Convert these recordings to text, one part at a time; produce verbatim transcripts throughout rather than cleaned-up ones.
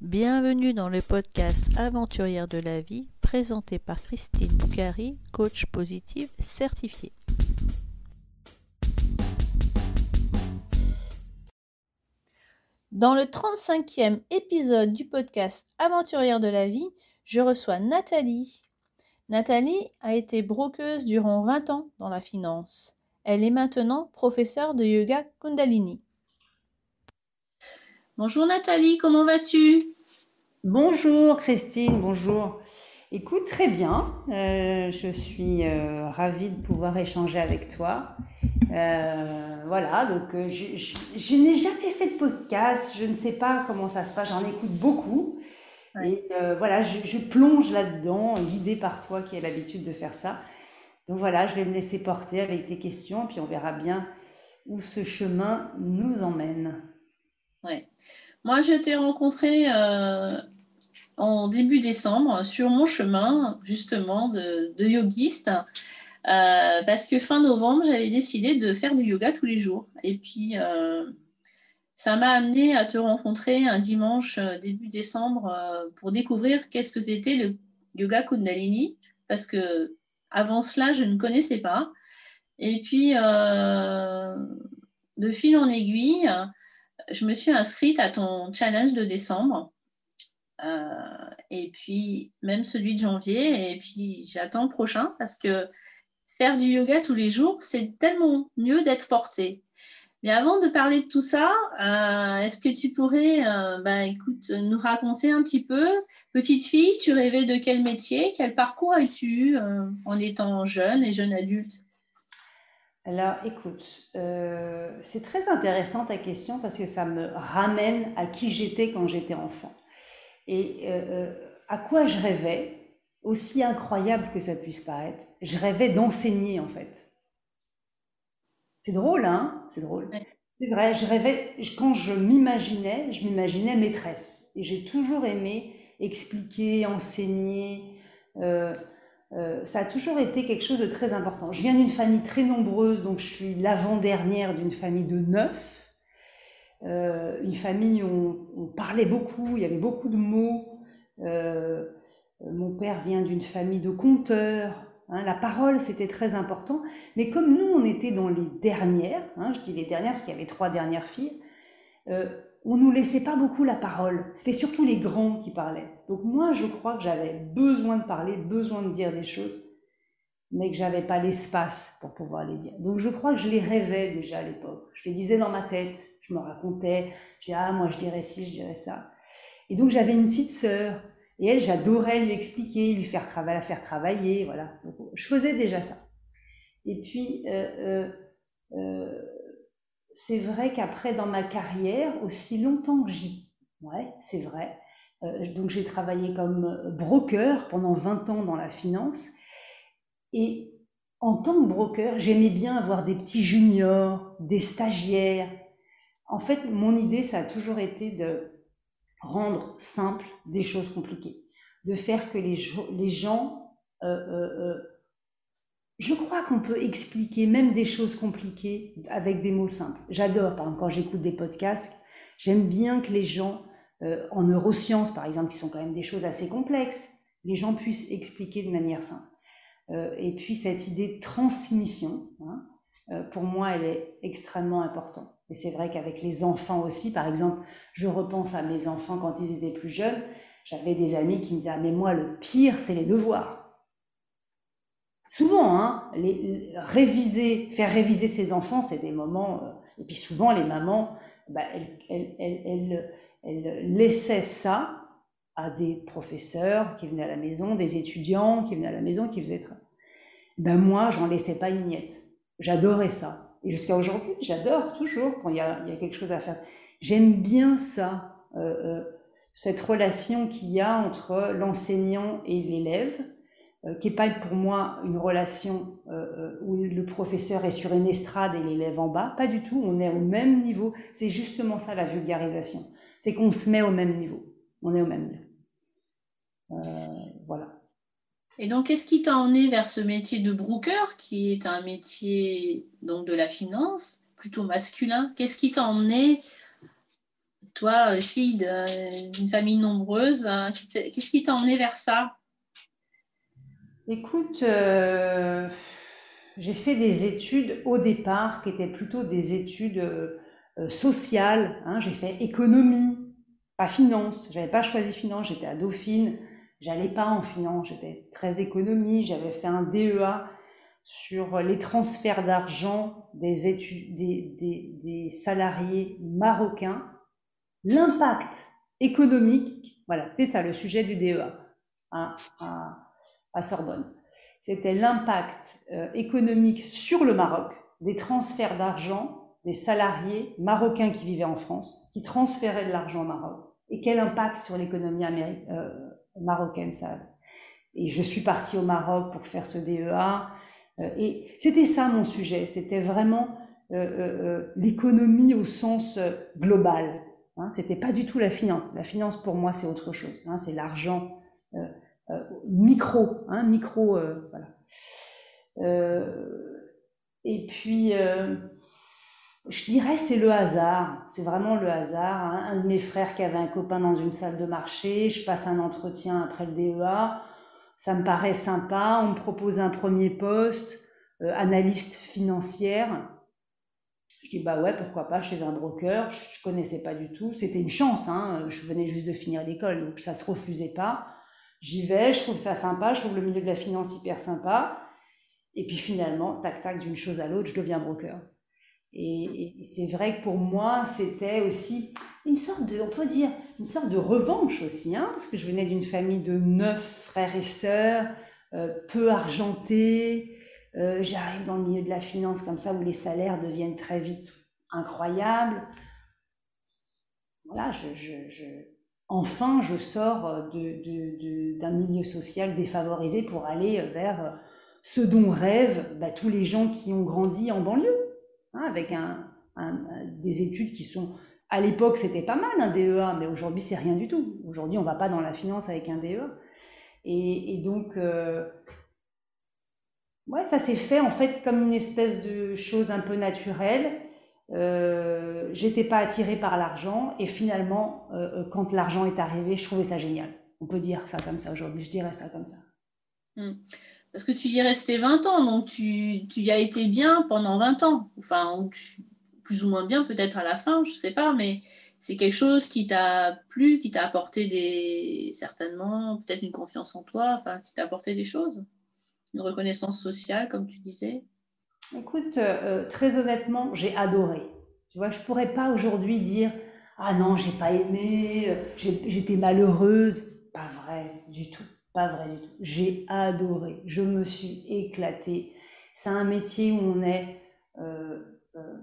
Bienvenue dans le podcast Aventurière de la vie, présenté par Christine Boukhari, coach positive certifiée. Dans le trente-cinquième épisode du podcast Aventurière de la vie, je reçois Nathalie. Nathalie a été brokeuse durant vingt ans dans la finance. Elle est maintenant professeure de yoga Kundalini. Bonjour Nathalie, comment vas-tu ? Bonjour Christine, bonjour. Écoute, très bien. Euh, je suis euh, ravie de pouvoir échanger avec toi. Euh, voilà, donc euh, je, je, je n'ai jamais fait de podcast, je ne sais pas comment ça se passe, j'en écoute beaucoup. Ouais. Et euh, voilà, je, je plonge là-dedans, guidée par toi qui as l'habitude de faire ça. Donc voilà, je vais me laisser porter avec tes questions, puis on verra bien où ce chemin nous emmène. Ouais. Moi, je t'ai rencontré euh, en début décembre sur mon chemin, justement, de, de yogiste, euh, parce que fin novembre, j'avais décidé de faire du yoga tous les jours. Et puis, euh, ça m'a amené à te rencontrer un dimanche euh, début décembre euh, pour découvrir qu'est-ce que c'était le yoga Kundalini, parce que avant cela, je ne connaissais pas. Et puis, euh, de fil en aiguille, je me suis inscrite à ton challenge de décembre. Euh, et puis même celui de janvier, et puis j'attends le prochain parce que faire du yoga tous les jours, c'est tellement mieux d'être porté. Mais avant de parler de tout ça, euh, est-ce que tu pourrais euh, bah, écoute, nous raconter un petit peu, petite fille, tu rêvais de quel métier, quel parcours as-tu euh, en étant jeune et jeune adulte ? Alors, écoute, euh, c'est très intéressant ta question parce que ça me ramène à qui j'étais quand j'étais enfant. Et euh, à quoi je rêvais, aussi incroyable que ça puisse paraître, je rêvais d'enseigner en fait. C'est drôle, hein ? C'est drôle. Ouais. C'est vrai, je rêvais, quand je m'imaginais, je m'imaginais maîtresse. Et j'ai toujours aimé expliquer, enseigner. Euh, euh, ça a toujours été quelque chose de très important. Je viens d'une famille très nombreuse, donc je suis l'avant-dernière d'une famille de neuf. Euh, une famille où on, on parlait beaucoup, il y avait beaucoup de mots. Euh, mon père vient d'une famille de conteurs. Hein, la parole, c'était très important. Mais comme nous, on était dans les dernières, hein, je dis les dernières parce qu'il y avait trois dernières filles, euh, on nous laissait pas beaucoup la parole. C'était surtout les grands qui parlaient. Donc moi, je crois que j'avais besoin de parler, besoin de dire des choses, mais que j'avais pas l'espace pour pouvoir les dire. Donc je crois que je les rêvais déjà à l'époque. Je les disais dans ma tête, je me racontais, je disais, ah, moi je dirais ci, je dirais ça. Et donc j'avais une petite sœur, et elle, j'adorais lui expliquer, lui faire travailler, la faire travailler, voilà. Donc je faisais déjà ça. Et puis, euh, euh, euh, c'est vrai qu'après, dans ma carrière, aussi longtemps que j'y... Ouais, c'est vrai. Euh, donc j'ai travaillé comme broker pendant vingt ans dans la finance. Et en tant que broker, j'aimais bien avoir des petits juniors, des stagiaires. En fait, mon idée, ça a toujours été de rendre simple des choses compliquées, de faire que les, les gens... Euh, euh, euh, je crois qu'on peut expliquer même des choses compliquées avec des mots simples. J'adore, par exemple, quand j'écoute des podcasts, j'aime bien que les gens, euh, en neurosciences par exemple, qui sont quand même des choses assez complexes, les gens puissent expliquer de manière simple. Euh, et puis cette idée de transmission, hein, euh, pour moi, elle est extrêmement importante. Et c'est vrai qu'avec les enfants aussi, par exemple, je repense à mes enfants quand ils étaient plus jeunes, j'avais des amis qui me disaient « Ah, mais moi, le pire, c'est les devoirs ». Souvent, hein, les, les, réviser, faire réviser ses enfants, c'est des moments... Euh, et puis souvent, les mamans, bah, elles, elles, elles, elles, elles laissaient ça à des professeurs qui venaient à la maison, des étudiants qui venaient à la maison, qui faisaient... Ben moi, j'en laissais pas une miette. J'adorais ça. Et jusqu'à aujourd'hui, j'adore toujours quand il y a, il y a quelque chose à faire. J'aime bien ça, euh, euh, cette relation qu'il y a entre l'enseignant et l'élève, euh, qui n'est pas pour moi une relation euh, où le professeur est sur une estrade et l'élève en bas. Pas du tout, on est au même niveau. C'est justement ça la vulgarisation. C'est qu'on se met au même niveau. On est au même niveau. Euh, voilà. Et donc, qu'est-ce qui t'a emmené vers ce métier de broker, qui est un métier donc de la finance, plutôt masculin ? Qu'est-ce qui t'a emmené toi, fille d'une famille nombreuse, hein, qu'est-ce qui t'a emmené vers ça? Écoute, euh, j'ai fait des études au départ qui étaient plutôt des études euh, euh, sociales, hein. J'ai fait économie, pas finance. J'avais pas choisi finance, j'étais à Dauphine. J'allais pas en finance, j'étais très économie. J'avais fait un D E A sur les transferts d'argent des, études, des, des, des salariés marocains, l'impact économique. Voilà, c'était ça le sujet du D E A à, à, à Sorbonne. C'était l'impact euh, économique sur le Maroc des transferts d'argent des salariés marocains qui vivaient en France, qui transféraient de l'argent au Maroc, et quel impact sur l'économie euh, marocaine ça avait. Et je suis partie au Maroc pour faire ce D E A, euh, et c'était ça mon sujet, c'était vraiment euh, euh, l'économie au sens euh, global. Hein, c'était pas du tout la finance. La finance pour moi c'est autre chose. Hein, c'est l'argent euh, euh, micro, hein, micro, euh, voilà. Euh, et puis, euh, je dirais c'est le hasard, c'est vraiment le hasard. Hein. Un de mes frères qui avait un copain dans une salle de marché, je passe un entretien après le D E A, ça me paraît sympa, on me propose un premier poste, euh, analyste financière. Je dis bah ouais, pourquoi pas, chez un broker, je connaissais pas du tout, c'était une chance, hein, je venais juste de finir l'école, donc ça se refusait pas. J'y vais, je trouve ça sympa, je trouve le milieu de la finance hyper sympa. Et puis finalement, tac tac, d'une chose à l'autre, je deviens broker. Et, et c'est vrai que pour moi, c'était aussi une sorte de, on peut dire, une sorte de revanche aussi, hein, parce que je venais d'une famille de neuf frères et sœurs, euh, peu argentés. Euh, j'arrive dans le milieu de la finance comme ça, où les salaires deviennent très vite incroyables. Voilà, je, je, je... enfin, je sors de, de, de, d'un milieu social défavorisé pour aller vers ce dont rêvent bah, tous les gens qui ont grandi en banlieue, hein, avec un, un, des études qui sont... À l'époque, c'était pas mal un D E A, mais aujourd'hui, c'est rien du tout. Aujourd'hui, on va pas dans la finance avec un D E A. Et, et donc, euh, ouais, ça s'est fait en fait comme une espèce de chose un peu naturelle. Euh, j'étais pas attirée par l'argent et finalement, euh, quand l'argent est arrivé, je trouvais ça génial. On peut dire ça comme ça aujourd'hui, je dirais ça comme ça. Mmh. Parce que tu y es resté vingt ans, donc tu, tu y as été bien pendant vingt ans. Enfin, plus ou moins bien peut-être à la fin, je ne sais pas, mais c'est quelque chose qui t'a plu, qui t'a apporté des... certainement, peut-être une confiance en toi, enfin, qui t'a apporté des choses. Une reconnaissance sociale, comme tu disais. Écoute, euh, très honnêtement, j'ai adoré. Tu vois, je pourrais pas aujourd'hui dire ah non, j'ai pas aimé, j'étais malheureuse. Pas vrai du tout, pas vrai du tout. J'ai adoré, je me suis éclatée. C'est un métier où on est euh, euh,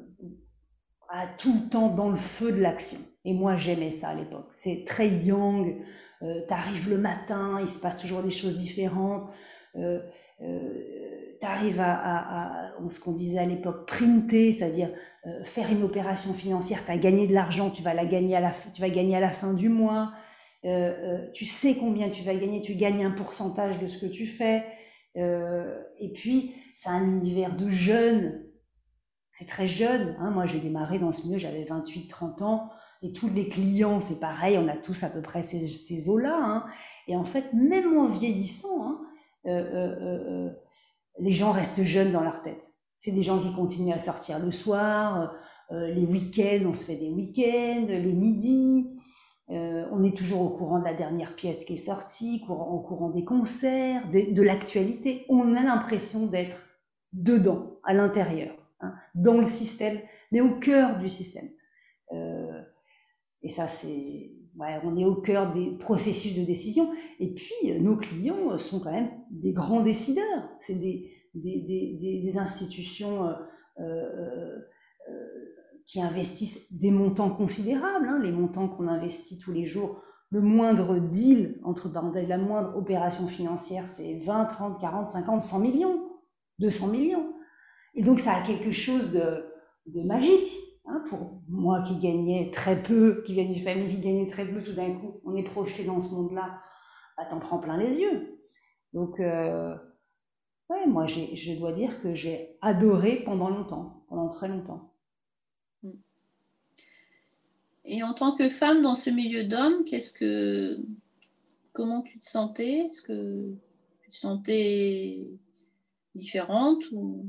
à tout le temps dans le feu de l'action. Et moi, j'aimais ça à l'époque. C'est très young. Euh, T'arrives le matin, il se passe toujours des choses différentes. Euh, euh, T'arrives à, à, à ce qu'on disait à l'époque, printer, c'est-à-dire euh, faire une opération financière. T'as gagné de l'argent, tu vas la gagner à la, tu vas gagner à la fin du mois. Euh, euh, tu sais combien tu vas gagner, tu gagnes un pourcentage de ce que tu fais. Euh, et puis, c'est un univers de jeunes. C'est très jeune, hein. Moi j'ai démarré dans ce milieu, j'avais vingt-huit trente ans, et tous les clients, c'est pareil, on a tous à peu près ces, ces eaux-là, hein. Et en fait, même en vieillissant, hein, euh, euh, euh, les gens restent jeunes dans leur tête. C'est des gens qui continuent à sortir le soir, euh, les week-ends, on se fait des week-ends, les midis, euh, on est toujours au courant de la dernière pièce qui est sortie, au courant des concerts, de, de l'actualité. On a l'impression d'être dedans, à l'intérieur. Hein, dans le système, mais au cœur du système. Euh, et ça, c'est... Ouais, on est au cœur des processus de décision. Et puis, nos clients sont quand même des grands décideurs. C'est des, des, des, des institutions euh, euh, euh, qui investissent des montants considérables, hein, les montants qu'on investit tous les jours. Le moindre deal, entre parenthèses, la moindre opération financière, c'est vingt, trente, quarante, cinquante, cent millions, deux cents millions. Et donc, ça a quelque chose de, de magique, hein, pour moi qui gagnais très peu, qui viens d'une famille qui gagnait très peu, tout d'un coup, on est projeté dans ce monde-là, bah, t'en prends plein les yeux. Donc, euh, ouais, moi, j'ai, je dois dire que j'ai adoré pendant longtemps, pendant très longtemps. Et en tant que femme dans ce milieu d'hommes, qu'est-ce que, comment tu te sentais? Est-ce que tu te sentais différente ou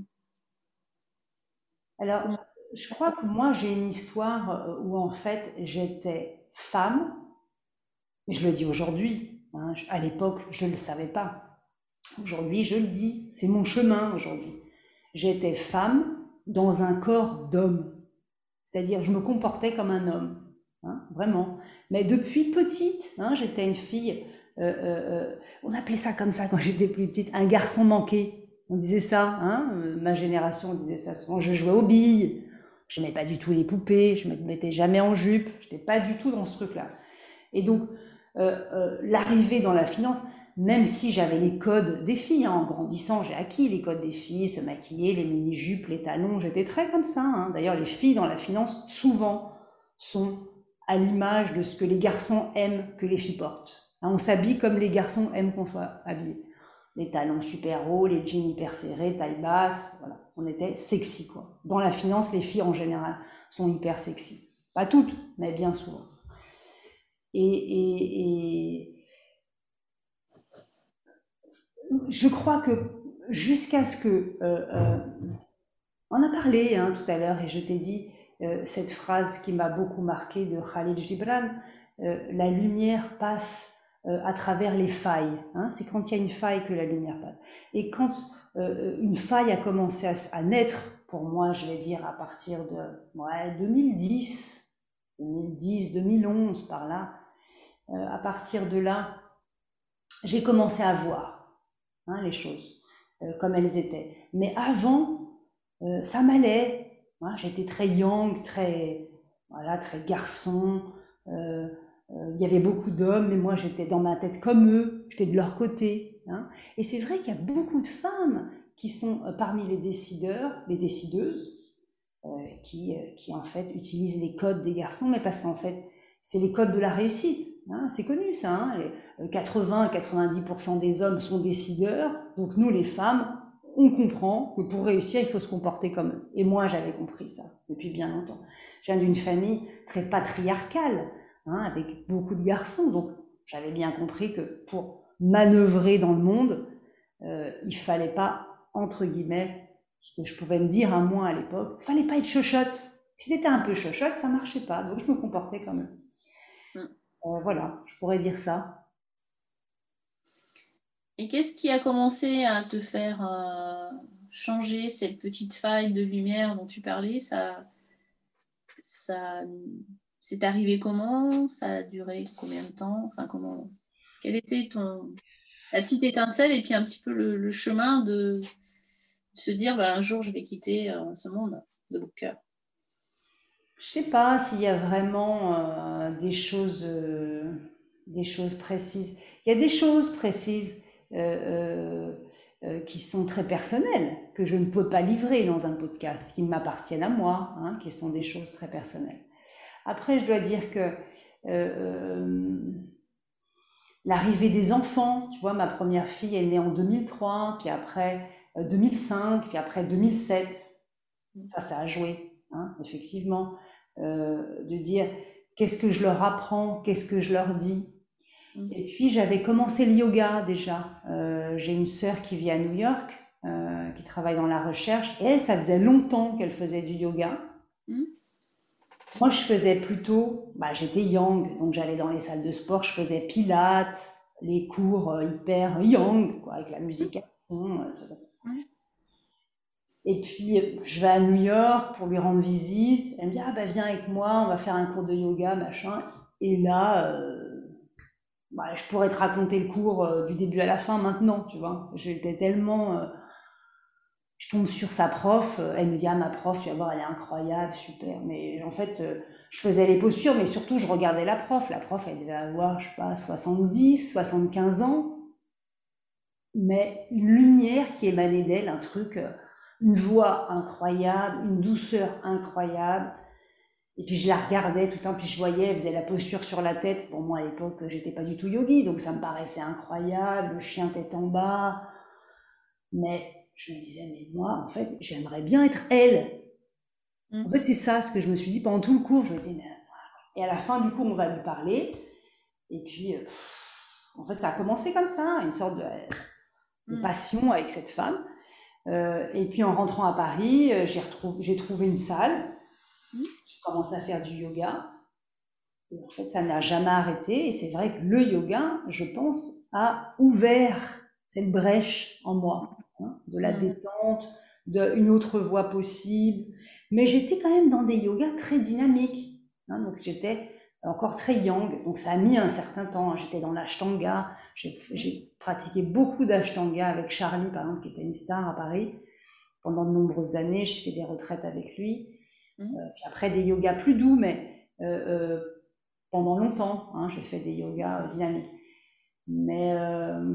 Alors, comment je crois que moi, j'ai une histoire euh, où en fait, j'étais femme, mais je le dis aujourd'hui, hein, je- à l'époque, je ne le savais pas. Aujourd'hui, je le dis, c'est mon chemin aujourd'hui. J'étais femme dans un corps d'homme, c'est-à-dire je me comportais comme un homme, hein, vraiment. Mais depuis petite, hein, j'étais une fille, euh, euh, euh, on appelait ça comme ça quand j'étais plus petite, un garçon manqué. On disait ça, hein, euh, ma génération disait ça souvent. Je jouais aux billes, je n'aimais pas du tout les poupées, je ne me mettais jamais en jupe, je n'étais pas du tout dans ce truc-là. Et donc, euh, euh, l'arrivée dans la finance, même si j'avais les codes des filles, hein, en grandissant, j'ai acquis les codes des filles, se maquiller, les mini-jupes, les talons, j'étais très comme ça. Hein. D'ailleurs, les filles dans la finance, souvent, sont à l'image de ce que les garçons aiment que les filles portent. Hein, on s'habille comme les garçons aiment qu'on soit habillé. Les talons super hauts, les jeans hyper serrés, taille basse, voilà. On était sexy, quoi. Dans la finance, les filles, en général, sont hyper sexy. Pas toutes, mais bien souvent. Et, et, et je crois que jusqu'à ce que... Euh, euh, on a parlé hein, tout à l'heure et je t'ai dit euh, cette phrase qui m'a beaucoup marqué de Khalil Gibran, euh, la lumière passe euh, à travers les failles. Hein, c'est quand il y a une faille que la lumière passe. Et quand euh, une faille a commencé à, à naître, pour moi je vais dire à partir de ouais, deux mille dix, deux mille dix, deux mille onze par là, euh, à partir de là, j'ai commencé à voir hein, les choses euh, comme elles étaient. Mais avant, euh, ça m'allait. Hein, j'étais très young, très, voilà, très garçon. Euh, euh, il y avait beaucoup d'hommes, mais moi j'étais dans ma tête comme eux. J'étais de leur côté. Hein. Et c'est vrai qu'il y a beaucoup de femmes qui sont euh, parmi les décideurs, les décideuses, euh, qui, euh, qui en fait utilisent les codes des garçons, mais parce qu'en fait c'est les codes de la réussite. Hein, c'est connu ça. Hein, les quatre-vingts à quatre-vingt-dix pour cent des hommes sont décideurs, donc nous les femmes, on comprend que pour réussir, il faut se comporter comme eux. Et moi, j'avais compris ça depuis bien longtemps. Je viens d'une famille très patriarcale, hein, avec beaucoup de garçons, donc j'avais bien compris que pour manœuvrer dans le monde, euh, il fallait pas, entre guillemets, ce que je pouvais me dire à moi à l'époque, il fallait pas être chochotte. Si t'étais un peu chochotte, ça marchait pas, donc je me comportais comme eux. Mm. Euh, voilà, je pourrais dire ça. Et qu'est-ce qui a commencé à te faire euh, changer cette petite faille de lumière dont tu parlais? Ça, ça, c'est arrivé comment? Ça a duré combien de temps? Enfin, comment? Quelle était ton la petite étincelle et puis un petit peu le, le chemin de, de se dire bah, un jour je vais quitter euh, ce monde de bon cœur. Je sais pas s'il y a vraiment euh, des choses, euh, des choses précises. Il y a des choses précises euh, euh, euh, qui sont très personnelles, que je ne peux pas livrer dans un podcast, qui m'appartiennent à moi, hein, qui sont des choses très personnelles. Après, je dois dire que euh, euh, l'arrivée des enfants, tu vois, ma première fille est née en deux mille trois, puis après euh, deux mille cinq, puis après deux mille sept. Ça, ça a joué, hein, effectivement, euh, de dire qu'est-ce que je leur apprends, qu'est-ce que je leur dis. Et puis, j'avais commencé le yoga déjà. Euh, j'ai une sœur qui vit à New York, euh, qui travaille dans la recherche, et elle, ça faisait longtemps qu'elle faisait du yoga. Mm. Moi, je faisais plutôt, bah, j'étais yang, donc j'allais dans les salles de sport, je faisais pilates, les cours euh, hyper yang, quoi, avec la musique à fond, euh, trucs comme ça. Mm. Et puis, je vais à New York pour lui rendre visite. Elle me dit, ah bah viens avec moi, on va faire un cours de yoga, machin. Et là, euh, bah, je pourrais te raconter le cours euh, du début à la fin maintenant, tu vois. J'étais tellement... euh, je tombe sur sa prof, euh, elle me dit, ah ma prof, tu vas voir, elle est incroyable, super. Mais en fait, euh, je faisais les postures, mais surtout, je regardais la prof. La prof, elle devait avoir, je sais pas, soixante-dix, soixante-quinze ans. Mais une lumière qui émanait d'elle, un truc... euh, une voix incroyable, une douceur incroyable. Et puis je la regardais tout le temps, puis je voyais, elle faisait la posture sur la tête. Bon, moi à l'époque, j'étais pas du tout yogi, donc ça me paraissait incroyable, le chien tête en bas. Mais je me disais, mais moi, en fait, j'aimerais bien être elle. Mm. En fait, c'est ça ce que je me suis dit pendant tout le cours. Je me disais, mais Et à la fin, du coup, on va lui parler. Et puis, euh, pff, en fait, ça a commencé comme ça, une sorte de, de Mm. passion avec cette femme. Euh, et puis, en rentrant à Paris, euh, j'ai retrouvé, j'ai trouvé une salle. Mm. J'ai commencé à faire du yoga. Et en fait, ça n'a jamais arrêté. Et c'est vrai que le yoga, je pense, a ouvert cette brèche en moi, hein, de la Mm. détente, d'une autre voie possible. Mais j'étais quand même dans des yogas très dynamiques, hein, donc j'étais encore très yang. Donc ça a mis un certain temps. J'étais dans l'ashtanga. J'ai, j'ai pratiqué beaucoup d'ashtanga avec Charlie, par exemple, qui était une star à Paris. Pendant de nombreuses années, j'ai fait des retraites avec lui. Mm. Euh, puis après, des yogas plus doux, mais euh, euh, pendant longtemps, hein, j'ai fait des yogas euh, dynamiques. Mais euh,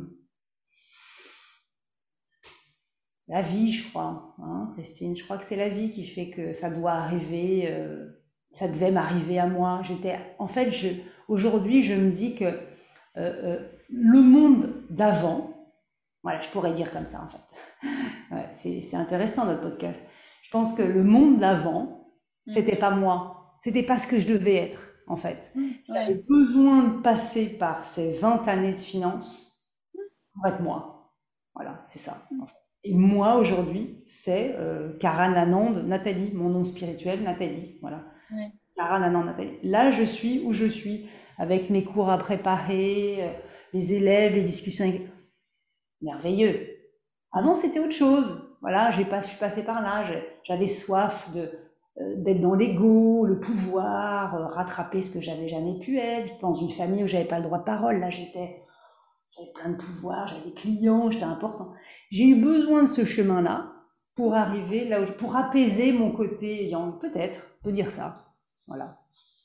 la vie, je crois, hein, Christine, je crois que c'est la vie qui fait que ça doit arriver. Euh, ça devait m'arriver à moi. J'étais, en fait, je, aujourd'hui, je me dis que euh, euh, le monde d'avant, voilà, je pourrais dire comme ça en fait. Ouais, c'est, c'est intéressant notre podcast. Je pense que le monde d'avant, c'était Mm. pas moi, c'était pas ce que je devais être en fait. Mm. Ouais. J'avais besoin de passer par ces vingt années de finance pour être moi. Voilà, c'est ça. En fait. Et moi aujourd'hui, c'est euh, Karan Anand, Nathalie, mon nom spirituel, Nathalie. Voilà. Ouais. Karan Anand, Nathalie. Là, je suis où je suis, avec mes cours à préparer, euh, les élèves, les discussions. Avec... Merveilleux. Avant, c'était autre chose. Voilà, j'ai pas, je suis passée par là. J'avais soif de, euh, d'être dans l'ego, le pouvoir, euh, rattraper ce que j'avais jamais pu être. Dans une famille où j'avais pas le droit de parole, là, j'étais, j'avais plein de pouvoir, j'avais des clients, j'étais important. J'ai eu besoin de ce chemin-là pour arriver là où, pour apaiser mon côté yang. Peut-être, on peut dire ça. Voilà.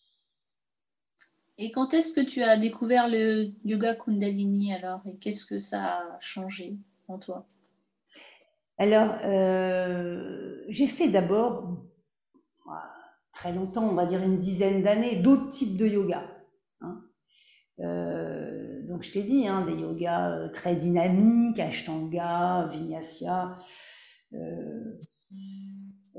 Et quand est-ce que tu as découvert le yoga Kundalini alors? Et qu'est-ce que ça a changé en toi? Alors, euh, j'ai fait d'abord, très longtemps, on va dire une dizaine d'années, d'autres types de yoga. Hein. Euh, donc je t'ai dit, hein, des yogas euh, très dynamiques, Ashtanga, Vinyasa. Euh, euh,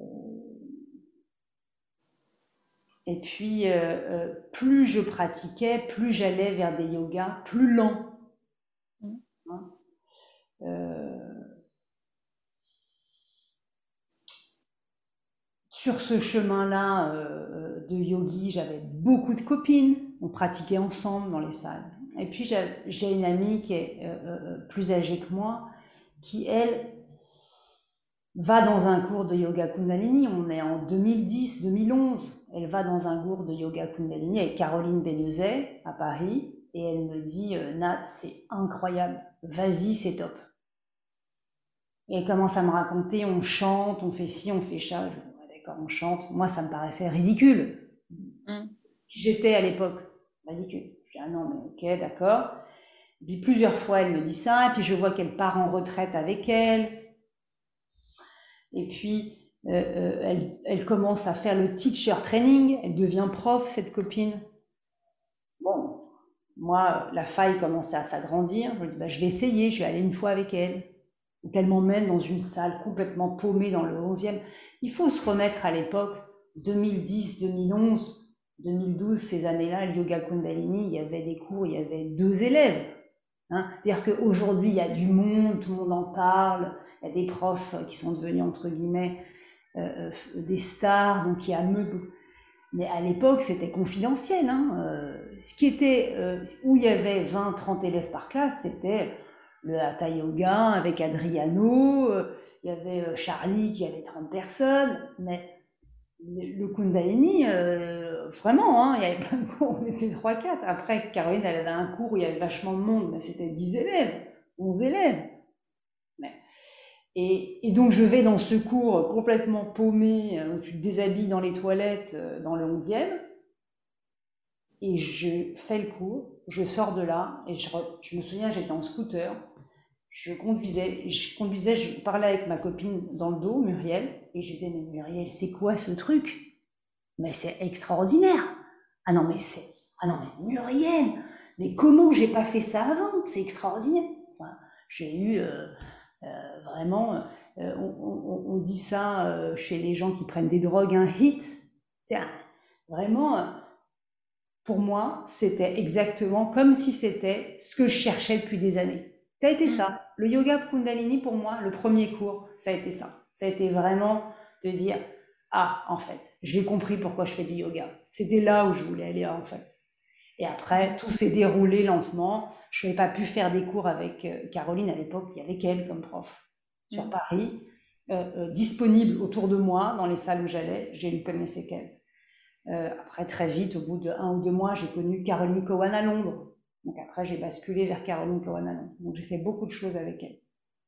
et puis, euh, euh, plus je pratiquais, plus j'allais vers des yogas plus lents. Mm. Hein. Euh, sur ce chemin-là euh, de yogi, j'avais beaucoup de copines, on pratiquait ensemble dans les salles. Et puis j'ai une amie qui est euh, euh, plus âgée que moi, qui elle va dans un cours de yoga Kundalini. On est en deux mille dix, deux mille onze. Elle va dans un cours de yoga Kundalini avec Caroline Benezet à Paris. Et elle me dit, euh, Nat, c'est incroyable, vas-y, c'est top. Et elle commence à me raconter, on chante, on fait ci, on fait ça. Je, ouais, d'accord, on chante. Moi, ça me paraissait ridicule. Mm. J'étais à l'époque ridicule. Je dis, ah non, mais ok, d'accord. Et puis plusieurs fois, elle me dit ça. Et puis je vois qu'elle part en retraite avec elle. Et puis, euh, euh, elle, elle commence à faire le teacher training. Elle devient prof, cette copine. Bon, moi, la faille commençait à s'agrandir. Je me dis, bah, je vais essayer. Je vais aller une fois avec elle. Donc, elle m'emmène dans une salle complètement paumée dans le onzième. Il faut se remettre à l'époque, deux mille dix, deux mille onze, deux mille douze, ces années-là, le yoga Kundalini, il y avait des cours, il y avait deux élèves. Hein. C'est-à-dire qu'aujourd'hui, il y a du monde, tout le monde en parle, il y a des profs qui sont devenus, entre guillemets, euh, des stars, donc il y a meute. Mais à l'époque, c'était confidentiel. Hein. Euh, ce qui était, euh, où il y avait vingt, trente élèves par classe, c'était le Hatha Yoga avec Adriano, euh, il y avait euh, Charlie qui avait trente personnes, mais le Kundalini, euh, vraiment, hein, il y avait plein de cours, on était trois quatre. Après, Caroline, elle avait un cours où il y avait vachement de monde, mais c'était dix élèves, onze élèves. Mais, et, et, donc, je vais dans ce cours complètement paumé, où tu te déshabilles dans les toilettes, dans le onzième, et je fais le cours, je sors de là, et je, je me souviens, j'étais en scooter, je conduisais, je conduisais, je parlais avec ma copine dans le dos, Muriel, et je disais, mais Muriel, c'est quoi ce truc? Mais c'est extraordinaire. Ah non, mais c'est, ah non, mais Muriel, mais comment j'ai pas fait ça avant? C'est extraordinaire. Enfin, j'ai eu euh, euh, vraiment, euh, on, on, on, dit ça euh, chez les gens qui prennent des drogues, un hit. C'est un, vraiment, pour moi, c'était exactement comme si c'était ce que je cherchais depuis des années. Ça a été ça. Le yoga Kundalini, pour moi, le premier cours, ça a été ça. Ça a été vraiment de dire, ah, en fait, j'ai compris pourquoi je fais du yoga. C'était là où je voulais aller, en fait. Et après, tout s'est déroulé lentement. Je n'avais pas pu faire des cours avec euh, Caroline à l'époque, il y avait qu'elle comme prof sur Paris, euh, euh, disponible autour de moi dans les salles où j'allais. Je ne connaissais qu'elle. Euh, après, très vite, au bout de un ou deux mois, j'ai connu Caroline Cowan à Londres. Donc après, j'ai basculé vers Caroline Cowan à Londres. Donc j'ai fait beaucoup de choses avec elle.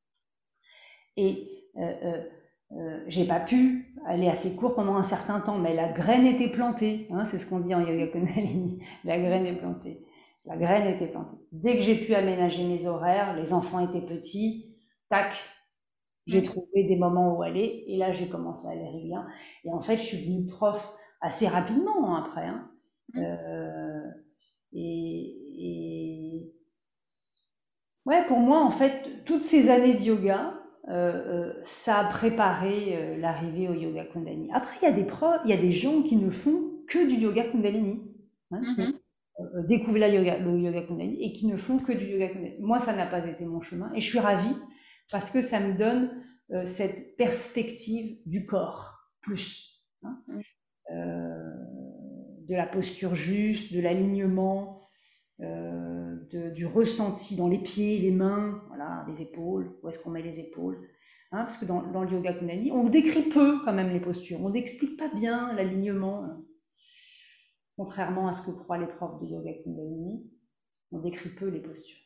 Et euh, euh, euh, j'ai pas pu aller à ses cours pendant un certain temps, mais la graine était plantée. Hein, c'est ce qu'on dit en yoga Kundalini. La graine est plantée. La graine était plantée. Dès que j'ai pu aménager mes horaires, les enfants étaient petits, tac, j'ai trouvé des moments où aller. Et là, j'ai commencé à aller régulièrement. Et en fait, je suis venue prof assez rapidement hein, après. Hein. Euh, et, et ouais, pour moi, en fait, toutes ces années de yoga, euh, euh, ça a préparé euh, l'arrivée au yoga Kundalini. Après, il y a des profs, il y a des gens qui ne font que du yoga Kundalini, hein, qui Mm-hmm. euh, découvrent la yoga, le yoga Kundalini et qui ne font que du yoga Kundalini. Moi, ça n'a pas été mon chemin et je suis ravie parce que ça me donne euh, cette perspective du corps plus, hein, euh, de la posture juste, de l'alignement. Euh, de, du ressenti dans les pieds, les mains, voilà, les épaules, où est-ce qu'on met les épaules, hein, parce que dans, dans le yoga Kundalini, on décrit peu quand même les postures, on n'explique pas bien l'alignement, hein. Contrairement à ce que croient les profs de yoga Kundalini, on décrit peu les postures.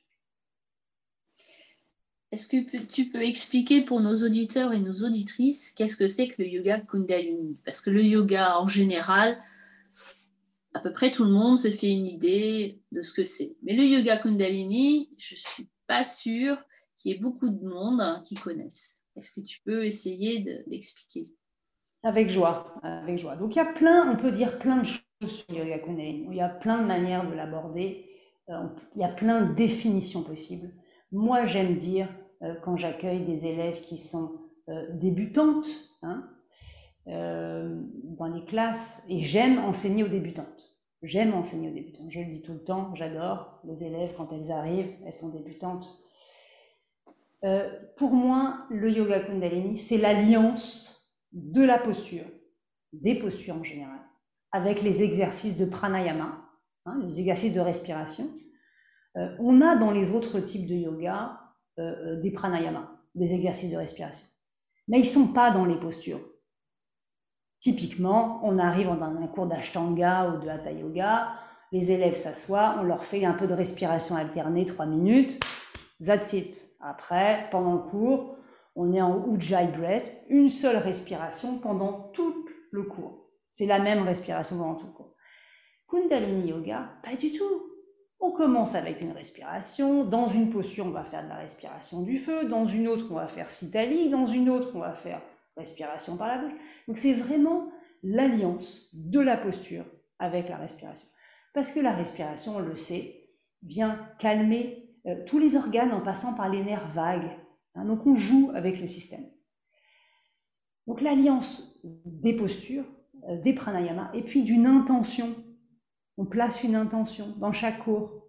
Est-ce que tu peux expliquer pour nos auditeurs et nos auditrices qu'est-ce que c'est que le yoga Kundalini? Parce que le yoga en général, à peu près tout le monde se fait une idée de ce que c'est. Mais le yoga Kundalini, je ne suis pas sûre qu'il y ait beaucoup de monde qui connaissent. Est-ce que tu peux essayer de l'expliquer? Avec joie, avec joie. Donc il y a plein, on peut dire plein de choses sur le yoga Kundalini. Il y a plein de manières de l'aborder. Euh, il y a plein de définitions possibles. Moi, j'aime dire, euh, quand j'accueille des élèves qui sont euh, débutantes, hein, euh, dans les classes, et j'aime enseigner aux débutantes. J'aime enseigner aux débutantes. Je le dis tout le temps, j'adore les élèves quand elles arrivent, elles sont débutantes. Euh, pour moi, le yoga Kundalini, c'est l'alliance de la posture, des postures en général, avec les exercices de pranayama, hein, les exercices de respiration. Euh, on a dans les autres types de yoga euh, des pranayamas, des exercices de respiration, mais ils ne sont pas dans les postures. Typiquement, on arrive dans un cours d'ashtanga ou de hatha yoga, les élèves s'assoient, on leur fait un peu de respiration alternée, trois minutes, that's it. Après, pendant le cours, on est en Ujjayi Breath, une seule respiration pendant tout le cours. C'est la même respiration pendant tout le cours. Kundalini Yoga, pas du tout. On commence avec une respiration, dans une posture on va faire de la respiration du feu, dans une autre on va faire Sitali, dans une autre on va faire respiration par la bouche. Donc c'est vraiment l'alliance de la posture avec la respiration. Parce que la respiration, on le sait, vient calmer euh, tous les organes en passant par les nerfs vagues. Hein, donc on joue avec le système. Donc l'alliance des postures, euh, des pranayamas, et puis d'une intention. On place une intention dans chaque cours.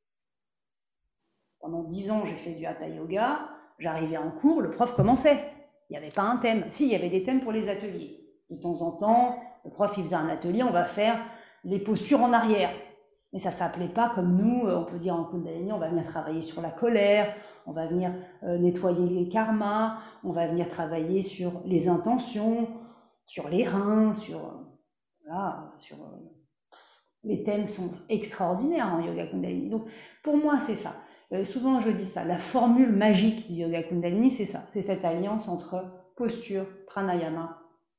Pendant dix ans, j'ai fait du hatha yoga. J'arrivais en cours, le prof commençait. Il n'y avait pas un thème. Si, il y avait des thèmes pour les ateliers. De temps en temps, le prof il faisait un atelier, on va faire les postures en arrière. Mais ça ne s'appelait pas comme nous, on peut dire en Kundalini, on va venir travailler sur la colère, on va venir euh, nettoyer les karmas, on va venir travailler sur les intentions, sur les reins, sur... Voilà, sur les thèmes sont extraordinaires en yoga Kundalini. Donc, pour moi, c'est ça. Euh, souvent, je dis ça. La formule magique du yoga Kundalini, c'est ça. C'est cette alliance entre posture, pranayama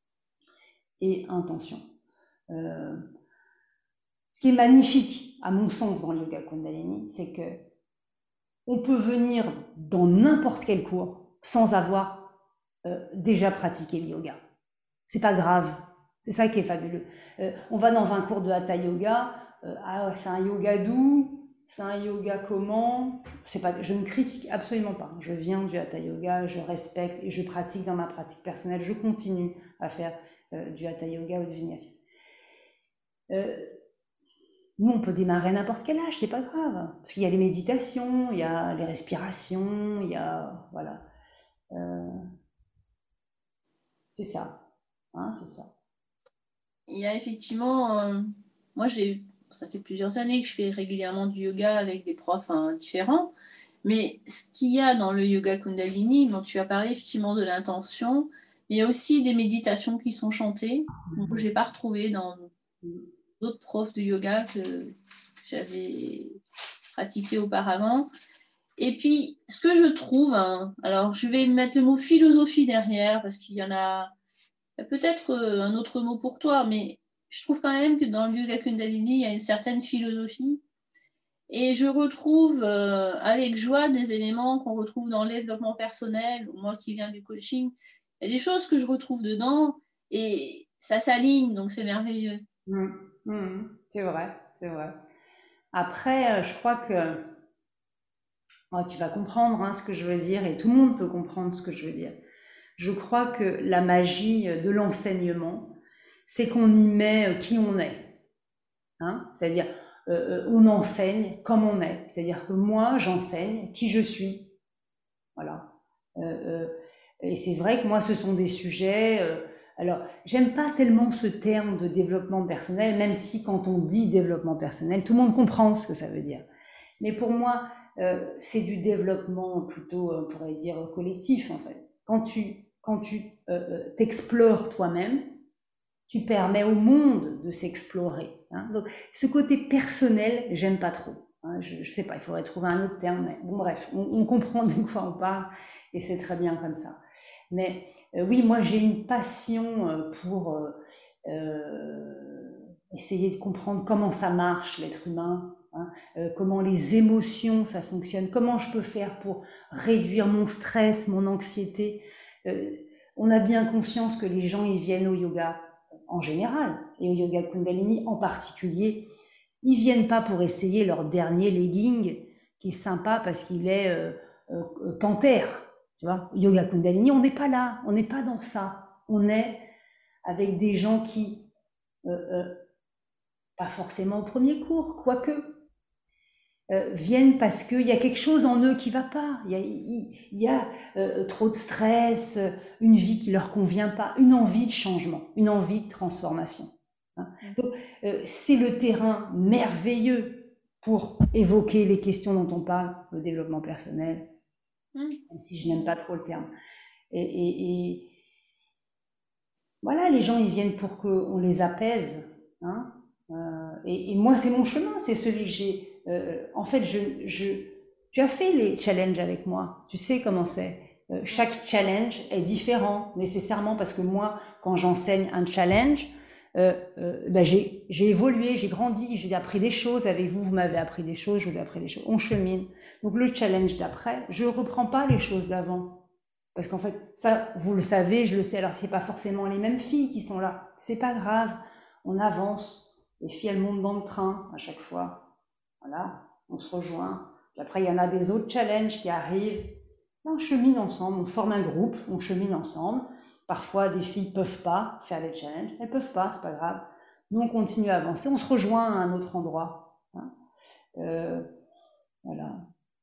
et intention. Euh, ce qui est magnifique, à mon sens, dans le yoga Kundalini, c'est que on peut venir dans n'importe quel cours sans avoir euh, déjà pratiqué le yoga. C'est pas grave. C'est ça qui est fabuleux. Euh, on va dans un cours de hatha yoga, euh, ah ouais, c'est un yoga doux, c'est un yoga comment? C'est pas, je ne critique absolument pas. Je viens du hatha yoga, je respecte et je pratique dans ma pratique personnelle. Je continue à faire euh, du hatha yoga ou du vinyasa. Euh, nous, on peut démarrer à n'importe quel âge, c'est pas grave. Parce qu'il y a les méditations, il y a les respirations, il y a, voilà. Euh, c'est ça, hein, c'est ça. Il y a effectivement, euh, moi j'ai, ça fait plusieurs années que je fais régulièrement du yoga avec des profs hein, différents, mais ce qu'il y a dans le yoga Kundalini, bon, tu as parlé effectivement de l'intention, mais il y a aussi des méditations qui sont chantées, que je n'ai pas retrouvé dans d'autres profs de yoga que j'avais pratiqué auparavant. Et puis, ce que je trouve, hein, alors je vais mettre le mot philosophie derrière, parce qu'il y en a, il y a peut-être euh, un autre mot pour toi, mais je trouve quand même que dans le yoga Kundalini, il y a une certaine philosophie. Et je retrouve euh, avec joie des éléments qu'on retrouve dans le développement personnel, ou moi qui viens du coaching. Il y a des choses que je retrouve dedans et ça s'aligne, donc c'est merveilleux. Mmh, mmh, c'est vrai, c'est vrai. Après, euh, je crois que oh, tu vas comprendre hein, ce que je veux dire et tout le monde peut comprendre ce que je veux dire. Je crois que la magie de l'enseignement, c'est qu'on y met euh, qui on est. Hein. C'est-à-dire, euh, on enseigne comme on est. C'est-à-dire que moi, j'enseigne qui je suis. Voilà. Euh, euh, et c'est vrai que moi, ce sont des sujets. Euh, alors, j'aime pas tellement ce terme de développement personnel, même si quand on dit développement personnel, tout le monde comprend ce que ça veut dire. Mais pour moi, euh, c'est du développement plutôt, on pourrait dire, collectif en fait. Quand tu, quand tu euh, t'explores toi-même, tu permets au monde de s'explorer. Hein. Donc, ce côté personnel, j'aime pas trop. Hein. Je, je sais pas, il faudrait trouver un autre terme. Mais bon, bref, on, on comprend de quoi on parle et c'est très bien comme ça. Mais euh, oui, moi, j'ai une passion euh, pour euh, euh, essayer de comprendre comment ça marche, l'être humain. Hein, euh, comment les émotions ça fonctionne, comment je peux faire pour réduire mon stress, mon anxiété. Euh, on a bien conscience que les gens ils viennent au yoga en général et au yoga Kundalini en particulier, ils viennent pas pour essayer leur dernier legging qui est sympa parce qu'il est euh, euh, panthère. Tu vois, yoga Kundalini, on n'est pas là, on n'est pas dans ça. On est avec des gens qui euh, euh, pas forcément au premier cours, quoique Euh, viennent parce qu'il y a quelque chose en eux qui va pas. Il y a, il, il y a euh, trop de stress, une vie qui leur convient pas, une envie de changement, une envie de transformation. Hein. Donc, euh, c'est le terrain merveilleux pour évoquer les questions dont on parle, le développement personnel, même si je n'aime pas trop le terme. Et, et, et voilà, les gens, ils viennent pour qu'on les apaise. Hein. Euh, et, et moi, c'est mon chemin, c'est celui que j'ai. Euh, en fait, je, je, tu as fait les challenges avec moi. Tu sais comment c'est. Euh, chaque challenge est différent nécessairement parce que moi, quand j'enseigne un challenge, euh, euh, ben j'ai, j'ai évolué, j'ai grandi, j'ai appris des choses avec vous. Vous m'avez appris des choses, je vous ai appris des choses. On chemine. Donc le challenge d'après, je reprends pas les choses d'avant. Parce qu'en fait, ça, vous le savez, je le sais. Alors, c'est pas forcément les mêmes filles qui sont là. C'est pas grave. On avance. Les filles, elles montent dans le train à chaque fois. Voilà. On se rejoint. Puis après, il y en a des autres challenges qui arrivent. Là, on chemine ensemble. On forme un groupe. On chemine ensemble. Parfois, des filles peuvent pas faire les challenges. Elles peuvent pas. C'est pas grave. Nous, on continue à avancer. On se rejoint à un autre endroit. Hein. Euh, voilà.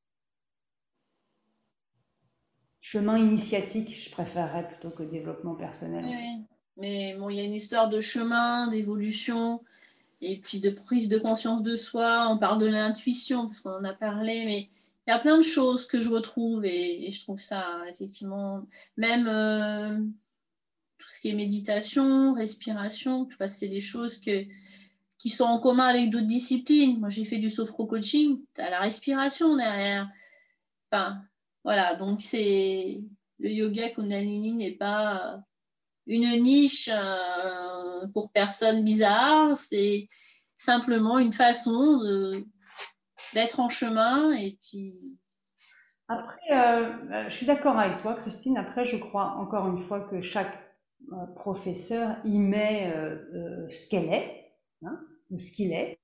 Chemin initiatique, je préférerais plutôt que développement personnel. Oui, oui. Mais bon, il y a une histoire de chemin, d'évolution, et puis de prise de conscience de soi. On parle de l'intuition, parce qu'on en a parlé, mais il y a plein de choses que je retrouve, et, et je trouve ça, effectivement, même euh, tout ce qui est méditation, respiration, tu vois, c'est des choses que, qui sont en commun avec d'autres disciplines. Moi, j'ai fait du sophro-coaching, tu as la respiration derrière. Enfin, voilà, donc c'est... Le yoga Kundalini n'est pas une niche euh, pour personnes bizarres, c'est simplement une façon de, d'être en chemin et puis... Après, euh, je suis d'accord avec toi, Christine. Après, je crois encore une fois que chaque euh, professeur y met euh, euh, ce qu'elle est, hein, ou ce qu'il est.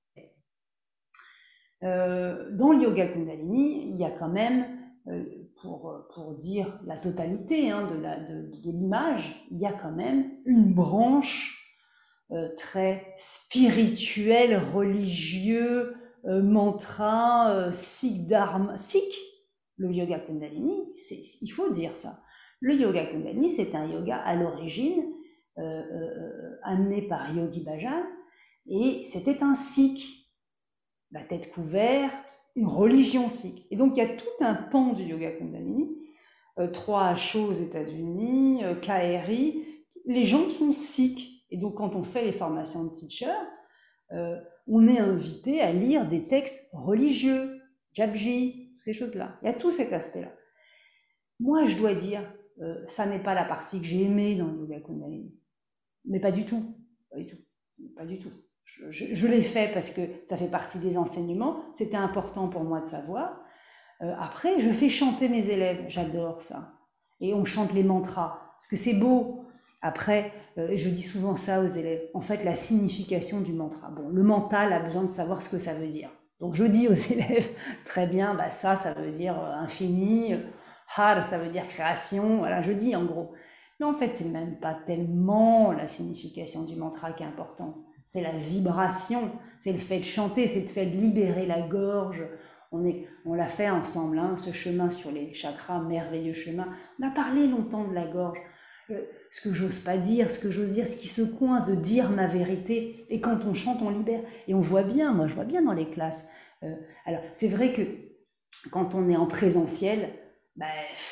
Euh, dans le yoga Kundalini, il y a quand même, euh, pour, pour dire la totalité hein, de, la, de, de l'image, il y a quand même une branche euh, très spirituel, religieux, euh, mantra, euh, sikh, dharma, sikh. Le yoga Kundalini, c'est, il faut dire ça. Le yoga Kundalini, c'est un yoga à l'origine euh, euh, amené par Yogi Bhajan, et c'était un sikh, la tête couverte, une religion sikh. Et donc il y a tout un pan du yoga Kundalini, euh, trois H O aux États-Unis, euh, K R I, les gens sont sikhs. Et donc quand on fait les formations de teacher, euh, on est invité à lire des textes religieux, Japji, ces choses-là. Il y a tout cet aspect-là. Moi, je dois dire, euh, ça n'est pas la partie que j'ai aimée dans le yoga Kundalini. Mais pas du tout. Pas du tout. Pas du tout. Je, je, je l'ai fait parce que ça fait partie des enseignements. C'était important pour moi de savoir. Euh, après, je fais chanter mes élèves. J'adore ça. Et on chante les mantras. Parce que c'est beau. Après, euh, je dis souvent ça aux élèves. En fait, la signification du mantra. Bon, le mental a besoin de savoir ce que ça veut dire. Donc, je dis aux élèves, très bien, bah ça, ça veut dire infini. Har, ça veut dire création. Voilà, je dis en gros. Mais en fait, c'est même pas tellement la signification du mantra qui est importante. C'est la vibration, c'est le fait de chanter, c'est le fait de libérer la gorge. On, est, on l'a fait ensemble, hein, ce chemin sur les chakras, merveilleux chemin. On a parlé longtemps de la gorge. Euh, ce que j'ose pas dire, ce que j'ose dire, ce qui se coince, de dire ma vérité. Et quand on chante, on libère. Et on voit bien, moi je vois bien dans les classes. Euh, alors, c'est vrai que quand on est en présentiel, ben,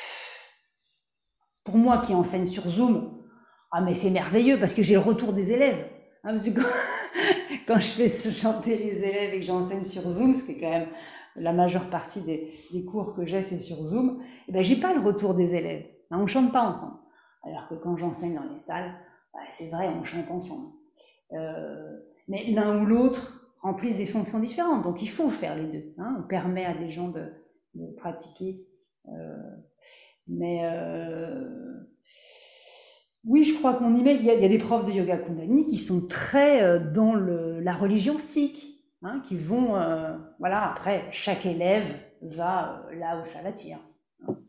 pour moi qui enseigne sur Zoom, ah mais c'est merveilleux parce que j'ai le retour des élèves. Hein, parce que quand, quand je fais chanter les élèves et que j'enseigne sur Zoom, ce qui est quand même la majeure partie des, des cours que j'ai, c'est sur Zoom, et ben j'ai pas le retour des élèves. Hein, on chante pas ensemble. Alors que quand j'enseigne dans les salles, ben, c'est vrai, on chante ensemble. Euh, mais l'un ou l'autre remplissent des fonctions différentes, donc il faut faire les deux. Hein, on permet à des gens de, de pratiquer. Euh, mais euh, oui, je crois qu'on y met. Il y, a, il y a des profs de yoga Kundalini qui sont très euh, dans le, la religion sikh, hein, qui vont, euh, voilà. Après, chaque élève va euh, là où ça l'attire. Hein.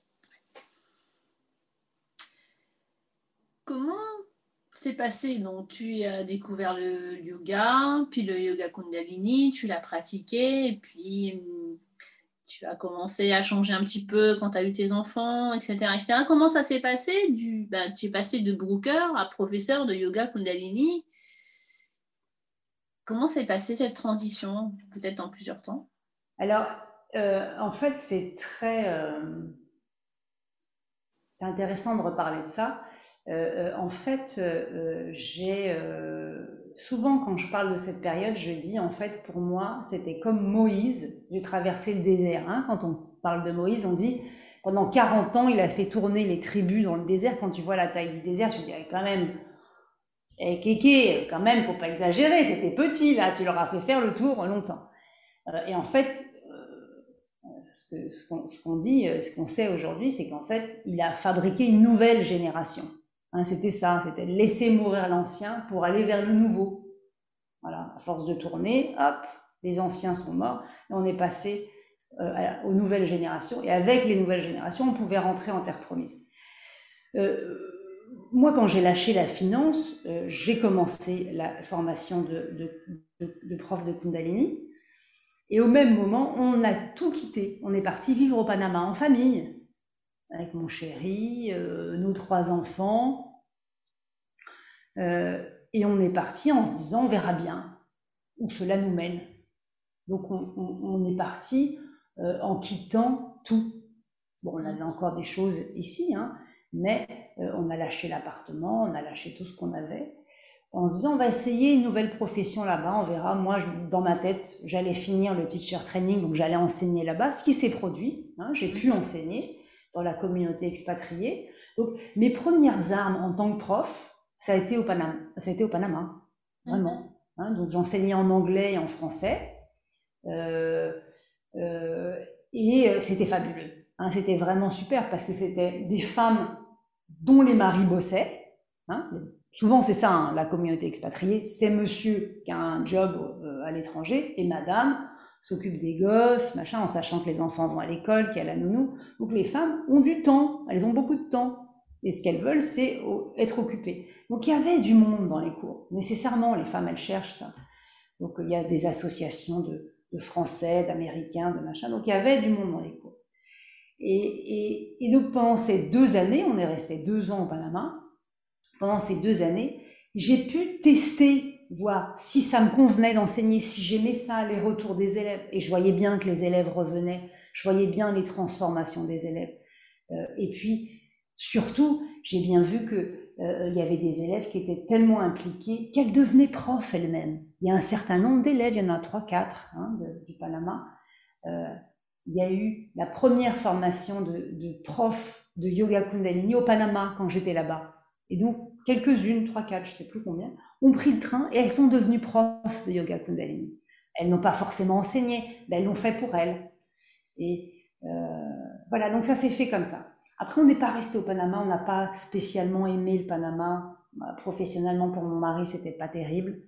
Comment s'est passé? Donc, tu as découvert le yoga, puis le yoga Kundalini, tu l'as pratiqué, et puis tu as commencé à changer un petit peu quand tu as eu tes enfants, et cetera, et cetera. Comment ça s'est passé du, bah, tu es passé de brooker à professeur de yoga Kundalini. Comment s'est passée cette transition, peut-être en plusieurs temps? Alors, euh, en fait, c'est très... Euh, c'est intéressant de reparler de ça. Euh, euh, en fait, euh, j'ai... Euh, souvent, quand je parle de cette période, je dis, en fait, pour moi, c'était comme Moïse. J'ai traversé le désert. Hein. Quand on parle de Moïse, on dit, pendant quarante ans, il a fait tourner les tribus dans le désert. Quand tu vois la taille du désert, tu te dis, quand même... Eh, Kéké, quand même, faut pas exagérer, c'était petit, là, tu leur as fait faire le tour longtemps. Euh, et en fait, euh, ce, que, ce, qu'on, ce qu'on dit, ce qu'on sait aujourd'hui, c'est qu'en fait, il a fabriqué une nouvelle génération. Hein, c'était ça, c'était laisser mourir l'ancien pour aller vers le nouveau. Voilà, à force de tourner, hop, les anciens sont morts, et on est passé euh, aux nouvelles générations, et avec les nouvelles générations, on pouvait rentrer en terre promise. Euh, Moi, quand j'ai lâché la finance, euh, j'ai commencé la formation de, de, de, de prof de Kundalini. Et au même moment, on a tout quitté. On est parti vivre au Panama en famille, avec mon chéri, euh, nos trois enfants. Euh, et on est parti en se disant, on verra bien où cela nous mène. Donc on, on, on est parti euh, en quittant tout. Bon, on avait encore des choses ici, hein, mais euh, on a lâché l'appartement, on a lâché tout ce qu'on avait, en se disant on va essayer une nouvelle profession là-bas, on verra. Moi, je, dans ma tête, j'allais finir le teacher training, donc j'allais enseigner là-bas, ce qui s'est produit, hein, j'ai pu enseigner dans la communauté expatriée. Donc mes premières armes en tant que prof, ça a été au Panama, ça a été au Panama, vraiment. Hein, donc j'enseignais en anglais et en français, euh, euh, et c'était fabuleux. Hein, c'était vraiment super parce que c'était des femmes dont les maris bossaient. Hein. Souvent, c'est ça, hein, la communauté expatriée. C'est monsieur qui a un job euh, à l'étranger et madame s'occupe des gosses, machin, en sachant que les enfants vont à l'école, qu'il y a la nounou. Donc, les femmes ont du temps. Elles ont beaucoup de temps. Et ce qu'elles veulent, c'est être occupées. Donc il y avait du monde dans les cours. Nécessairement, les femmes, elles cherchent ça. Donc il y a des associations de, de Français, d'Américains, de machin. Donc il y avait du monde dans les cours. Et, et, et donc pendant ces deux années, on est resté deux ans au Panama, pendant ces deux années, j'ai pu tester, voir si ça me convenait d'enseigner, si j'aimais ça, les retours des élèves. Et je voyais bien que les élèves revenaient, je voyais bien les transformations des élèves. Euh, et puis, surtout, j'ai bien vu que euh, il y avait des élèves qui étaient tellement impliqués qu'elles devenaient profs elles-mêmes. Il y a un certain nombre d'élèves, il y en a trois, quatre hein, de, du Panama. Euh, il y a eu la première formation de, de prof de yoga Kundalini au Panama quand j'étais là-bas. Et donc, quelques-unes, trois, quatre, je ne sais plus combien, ont pris le train et elles sont devenues profs de yoga Kundalini. Elles n'ont pas forcément enseigné, mais elles l'ont fait pour elles. Et euh, voilà, donc ça s'est fait comme ça. Après, on n'est pas resté au Panama, on n'a pas spécialement aimé le Panama. Professionnellement, pour mon mari, c'était pas terrible.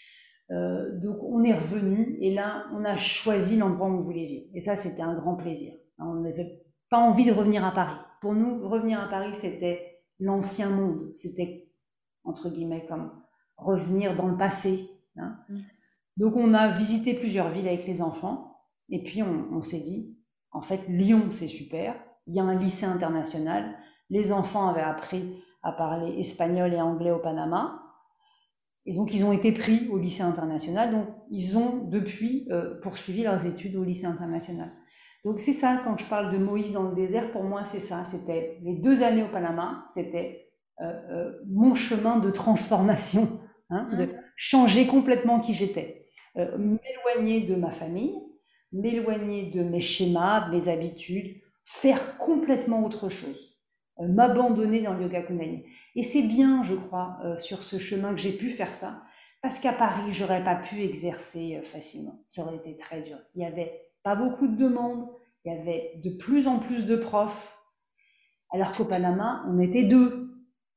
Euh, donc, on est revenu et là, on a choisi l'endroit où on voulait vivre. Et ça, c'était un grand plaisir. On n'avait pas envie de revenir à Paris. Pour nous, revenir à Paris, c'était l'ancien monde. C'était, entre guillemets, comme revenir dans le passé. Hein. Donc, on a visité plusieurs villes avec les enfants. Et puis, on, on s'est dit, en fait, Lyon, c'est super. Il y a un lycée international. Les enfants avaient appris à parler espagnol et anglais au Panama. Et donc, ils ont été pris au lycée international. Donc, ils ont, depuis, euh, poursuivi leurs études au lycée international. Donc, c'est ça, quand je parle de Moïse dans le désert, pour moi, c'est ça. C'était les deux années au Panama. C'était euh, euh, mon chemin de transformation, hein, de changer complètement qui j'étais. Euh, m'éloigner de ma famille, m'éloigner de mes schémas, de mes habitudes, faire complètement autre chose. M'abandonner dans le yoga Kundalini. Et c'est bien, je crois, euh, sur ce chemin que j'ai pu faire ça, parce qu'à Paris, j'aurais pas pu exercer euh, facilement. Ça aurait été très dur. Il y avait pas beaucoup de demandes, il y avait de plus en plus de profs, alors qu'au Panama, on était deux.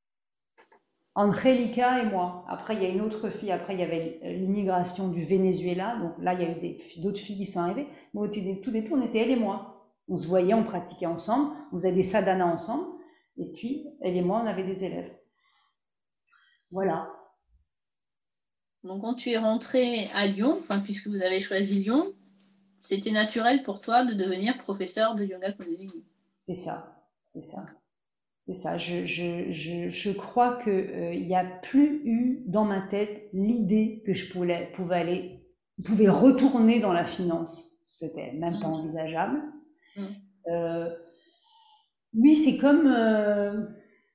Angélica et moi. Après, il y a une autre fille. Après, il y avait l'immigration du Venezuela. Donc là, il y a eu d'autres filles qui sont arrivées. Mais au tout début, on était elle et moi. On se voyait, on pratiquait ensemble, on faisait des sadhanas ensemble. Et puis, elle et moi, on avait des élèves. Voilà. Donc, quand tu es rentrée à Lyon, enfin, puisque vous avez choisi Lyon, c'était naturel pour toi de devenir professeur de yoga Kundalini. C'est ça, c'est ça. C'est ça. Je, je, je, je crois qu'il n'y euh, a plus eu dans ma tête l'idée que je pouvais, pouvais aller, pouvais retourner dans la finance. C'était même pas mmh. envisageable. Mmh. Euh, oui, c'est comme... Euh,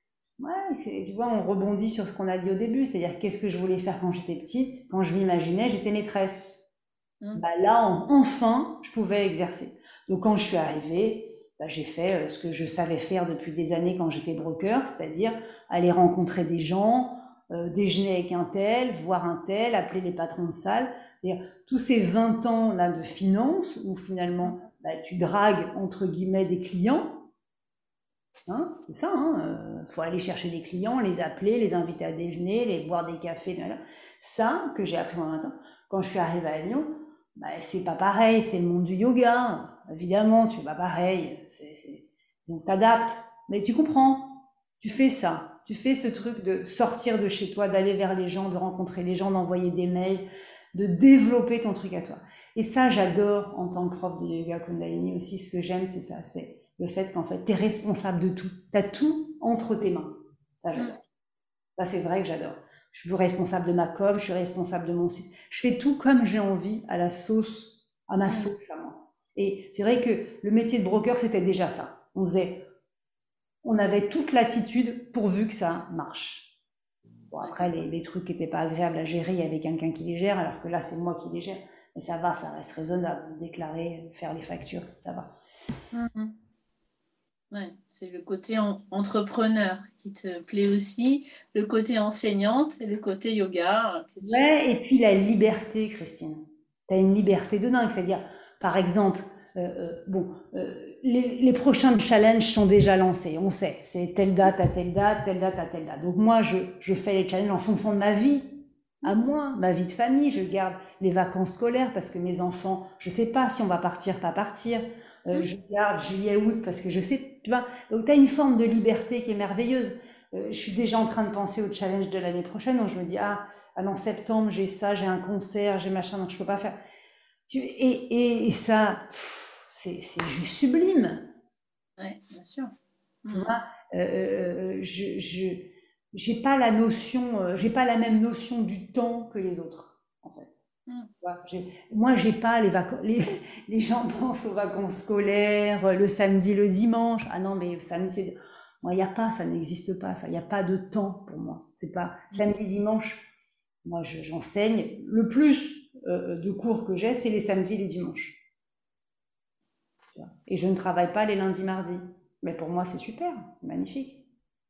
ouais, tu vois, on rebondit sur ce qu'on a dit au début, c'est-à-dire qu'est-ce que je voulais faire quand j'étais petite. Quand je m'imaginais, j'étais maîtresse. Mmh. Bah là, en, enfin, je pouvais exercer. Donc quand je suis arrivée, bah, j'ai fait euh, ce que je savais faire depuis des années quand j'étais broker, c'est-à-dire aller rencontrer des gens, euh, déjeuner avec un tel, voir un tel, appeler les patrons de salle. C'est-à-dire tous ces vingt ans là de finance où finalement bah, tu dragues entre guillemets des clients. Hein, c'est ça, hein, euh, faut aller chercher des clients, les appeler, les inviter à déjeuner, les boire des cafés. Là, là. Ça que j'ai appris en vingt ans. Quand je suis arrivée à Lyon, bah, c'est pas pareil, c'est le monde du yoga. Évidemment, tu fais pas pareil. C'est, c'est... Donc t'adaptes, mais tu comprends. Tu fais ça, tu fais ce truc de sortir de chez toi, d'aller vers les gens, de rencontrer les gens, d'envoyer des mails, de développer ton truc à toi. Et ça, j'adore en tant que prof de yoga Kundalini aussi. Ce que j'aime, c'est ça, c'est le fait qu'en fait, tu es responsable de tout. Tu as tout entre tes mains. Ça, j'adore. Ça, c'est vrai que j'adore. Je suis responsable de ma com, je suis responsable de mon site. Je fais tout comme j'ai envie, à la sauce, à ma sauce à moi. Et c'est vrai que le métier de broker, c'était déjà ça. On faisait, on avait toute l'attitude pourvu que ça marche. Bon, après, les, les trucs qui n'étaient pas agréables à gérer, il y avait quelqu'un qui les gère, alors que là, c'est moi qui les gère. Mais ça va, ça reste raisonnable. Déclarer, faire les factures, ça va. Mm-hmm. Ouais, c'est le côté en, entrepreneur qui te plaît aussi, le côté enseignante et le côté yoga. Ouais, et puis la liberté, Christine. Tu as une liberté de dingue. C'est-à-dire, par exemple, euh, euh, bon, euh, les, les prochains challenges sont déjà lancés. On sait, c'est telle date à telle date, telle date à telle date. Donc moi, je, je fais les challenges en fonction de ma vie. à moi, ma vie de famille, je garde les vacances scolaires parce que mes enfants, je sais pas si on va partir, pas partir. Euh, Mm. je garde juillet, août parce que je sais, tu vois. Donc, tu as une forme de liberté qui est merveilleuse. Euh, je suis déjà en train de penser au challenge de l'année prochaine. Donc, je me dis, ah, ah non, septembre, j'ai ça, j'ai un concert, j'ai machin, donc je peux pas faire. Tu, et, et, et ça, c'est juste sublime. Ouais, bien sûr. Tu Mm. vois, euh, euh, je, je, j'ai pas la notion, euh, j'ai pas la même notion du temps que les autres, en fait. Mm. Tu vois, j'ai- moi, j'ai pas les vacances. Les, les gens pensent aux vacances scolaires, euh, le samedi, le dimanche. Ah non, mais samedi, c'est. Moi, il n'y a pas, ça n'existe pas, ça. Il n'y a pas de temps pour moi. C'est pas samedi, dimanche. Moi, je- j'enseigne. Le plus euh, de cours que j'ai, c'est les samedis et les dimanches. Tu vois. Et je ne travaille pas les lundis, mardis. Mais pour moi, c'est super, magnifique.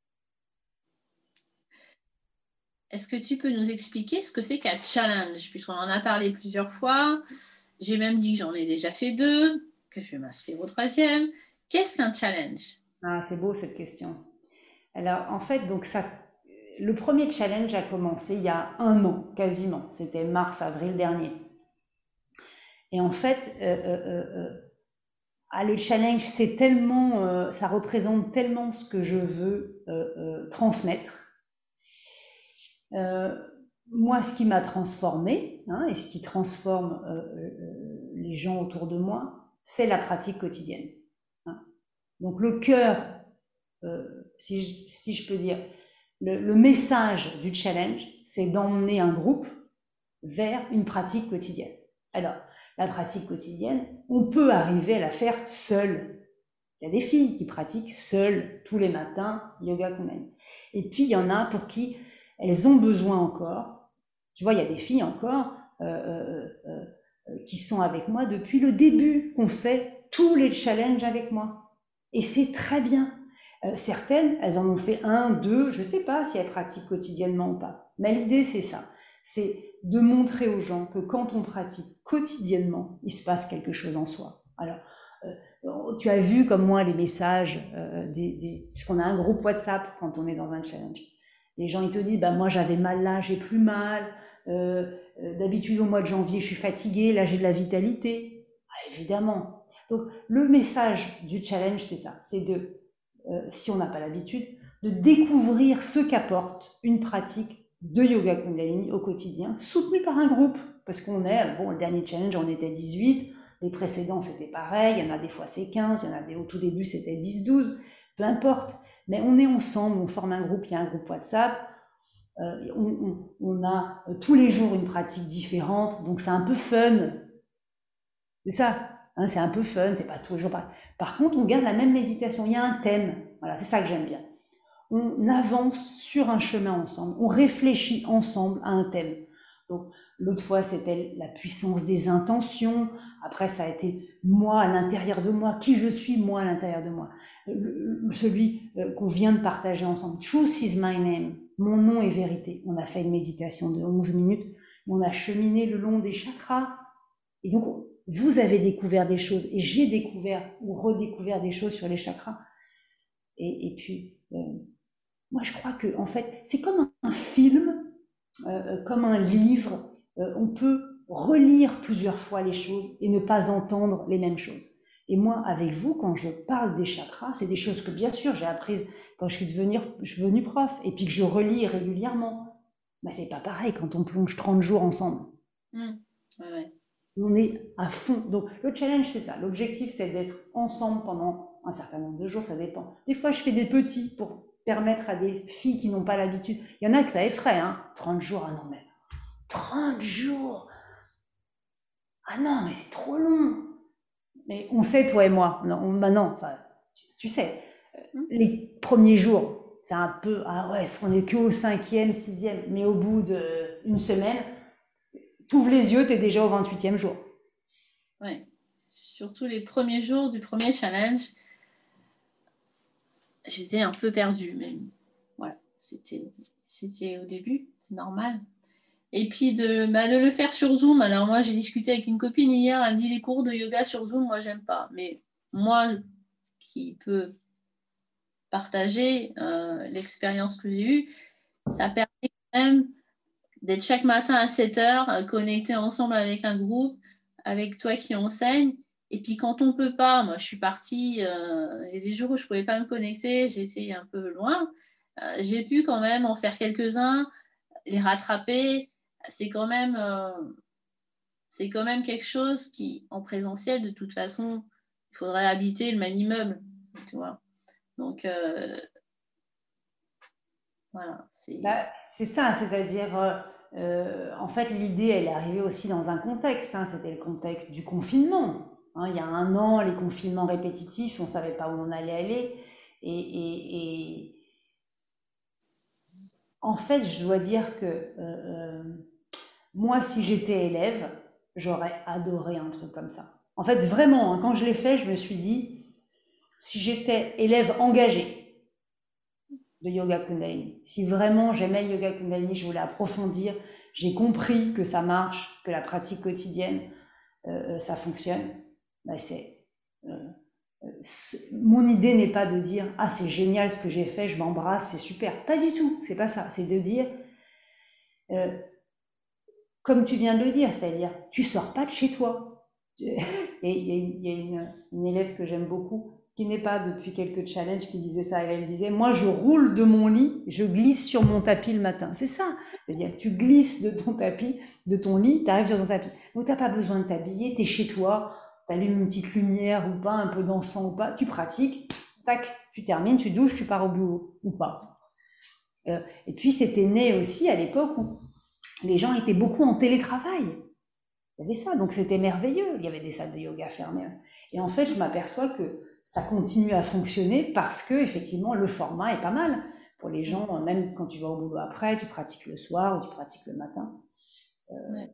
Est-ce que tu peux nous expliquer ce que c'est qu'un challenge? Puisqu'on en a parlé plusieurs fois. J'ai même dit que j'en ai déjà fait deux, que je vais m'inscrire au troisième. Qu'est-ce qu'un challenge? Ah, c'est beau cette question. Alors, en fait, donc ça, le premier challenge a commencé il y a un an, quasiment. C'était mars-avril dernier. Et en fait, euh, euh, euh, ah, le challenge, c'est tellement, euh, ça représente tellement ce que je veux euh, euh, transmettre. Euh, moi, ce qui m'a transformé, hein, et ce qui transforme euh, euh, les gens autour de moi, c'est la pratique quotidienne. Hein. Donc, le cœur, euh, si, je, si je peux dire, le, le message du challenge, c'est d'emmener un groupe vers une pratique quotidienne. Alors, la pratique quotidienne, on peut arriver à la faire seul. Il y a des filles qui pratiquent seules tous les matins yoga kundalini. Et puis, il y en a pour qui elles ont besoin encore. Tu vois, il y a des filles encore euh, euh, euh, qui sont avec moi depuis le début, qu'on fait tous les challenges avec moi. Et c'est très bien. Euh, certaines, elles en ont fait un, deux, je ne sais pas si elles pratiquent quotidiennement ou pas. Mais l'idée, c'est ça. C'est de montrer aux gens que quand on pratique quotidiennement, il se passe quelque chose en soi. Alors, euh, tu as vu comme moi les messages, euh, des, des, puisqu'on a un groupe WhatsApp quand on est dans un challenge. Les gens, ils te disent, bah, moi j'avais mal là, j'ai plus mal. Euh, euh, D'habitude, au mois de janvier, je suis fatiguée, là j'ai de la vitalité. Ah, évidemment. Donc, le message du challenge, c'est ça. C'est de, euh, si on n'a pas l'habitude, de découvrir ce qu'apporte une pratique de yoga kundalini au quotidien, soutenue par un groupe. Parce qu'on est, bon, le dernier challenge, on était dix-huit, les précédents, c'était pareil, il y en a des fois c'est quinze, il y en a des, au tout début, c'était dix, douze, peu importe. Mais on est ensemble, on forme un groupe, il y a un groupe WhatsApp, euh, on, on, on a euh, tous les jours une pratique différente, donc c'est un peu fun. C'est ça, hein, c'est un peu fun, c'est pas tous les jours pareil. Par contre, on garde la même méditation, il y a un thème, voilà, c'est ça que j'aime bien. On avance sur un chemin ensemble, on réfléchit ensemble à un thème. Donc, l'autre fois, c'était la puissance des intentions. Après, ça a été moi à l'intérieur de moi, qui je suis moi à l'intérieur de moi. Le, celui euh, qu'on vient de partager ensemble. Truth is my name. Mon nom est vérité. On a fait une méditation de onze minutes. On a cheminé le long des chakras. Et donc, vous avez découvert des choses et j'ai découvert ou redécouvert des choses sur les chakras. Et, et puis, euh, moi, je crois que, en fait, c'est comme un, un film, euh, comme un livre. Euh, on peut relire plusieurs fois les choses et ne pas entendre les mêmes choses. Et moi, avec vous, quand je parle des chakras, c'est des choses que, bien sûr, j'ai apprises quand je suis devenue, je suis devenue prof et puis que je relis régulièrement. Mais c'est pas pareil quand on plonge trente jours ensemble. Mmh. Ouais, ouais. On est à fond. Donc, le challenge, c'est ça. L'objectif, c'est d'être ensemble pendant un certain nombre de jours, ça dépend. Des fois, je fais des petits pour permettre à des filles qui n'ont pas l'habitude. Il y en a que ça effraie, hein. trente jours, ah non, mais trente jours. Ah non, mais c'est trop long. Mais on sait, toi et moi, non, on, bah non, enfin, tu, tu sais, Mmh. les premiers jours, c'est un peu, ah ouais, on est que au cinquième, sixième, mais au bout d'une semaine, t'ouvres les yeux, t'es déjà au vingt-huitième jour. Ouais. Surtout les premiers jours du premier challenge, j'étais un peu perdue, mais voilà, c'était, c'était au début, c'est normal. Et puis de, bah, de le faire sur Zoom. Alors moi, j'ai discuté avec une copine hier, elle me dit les cours de yoga sur Zoom, moi, j'aime pas. Mais moi, qui peux partager euh, l'expérience que j'ai eue, ça permet quand même d'être chaque matin à sept heures, euh, connectés ensemble avec un groupe, avec toi qui enseigne. Et puis quand on ne peut pas, moi je suis partie, euh, il y a des jours où je ne pouvais pas me connecter, j'étais un peu loin. Euh, j'ai pu quand même en faire quelques-uns, les rattraper. C'est quand même, euh, c'est quand même quelque chose qui, en présentiel, de toute façon, il faudrait habiter le même immeuble, tu vois. Donc, euh, voilà. C'est... Bah, c'est ça, c'est-à-dire, euh, euh, en fait, l'idée, elle est arrivée aussi dans un contexte, hein, c'était le contexte du confinement. Hein, il y a un an, les confinements répétitifs, on ne savait pas où on allait aller. Et, et- et en fait, je dois dire que euh, euh, moi, si j'étais élève, j'aurais adoré un truc comme ça. En fait, vraiment, hein, quand je l'ai fait, je me suis dit, si j'étais élève engagé de yoga Kundalini, si vraiment j'aimais le yoga Kundalini, je voulais approfondir, j'ai compris que ça marche, que la pratique quotidienne, euh, ça fonctionne, ben c'est, euh, mon idée n'est pas de dire ah c'est génial ce que j'ai fait, je m'embrasse, c'est super. Pas du tout, c'est pas ça. C'est de dire euh, comme tu viens de le dire, c'est-à-dire tu sors pas de chez toi. Il y a, il y a, il y a une, une élève que j'aime beaucoup qui n'est pas depuis quelques challenges qui disait ça. Elle, elle disait moi je roule de mon lit, je glisse sur mon tapis le matin. C'est ça, c'est-à-dire tu glisses de ton tapis, de ton lit, tu arrives sur ton tapis. Donc t'as pas besoin de t'habiller, tu es chez toi, tu allumes une petite lumière ou pas, un peu d'encens ou pas, tu pratiques, tac, tu termines, tu douches, tu pars au boulot ou pas. Euh, et puis c'était né aussi à l'époque où les gens étaient beaucoup en télétravail. Il y avait ça, donc c'était merveilleux. Il y avait des salles de yoga fermées. Et en fait, je m'aperçois que ça continue à fonctionner parce que effectivement le format est pas mal pour les gens. Même quand tu vas au boulot après, tu pratiques le soir ou tu pratiques le matin. Euh... Ouais.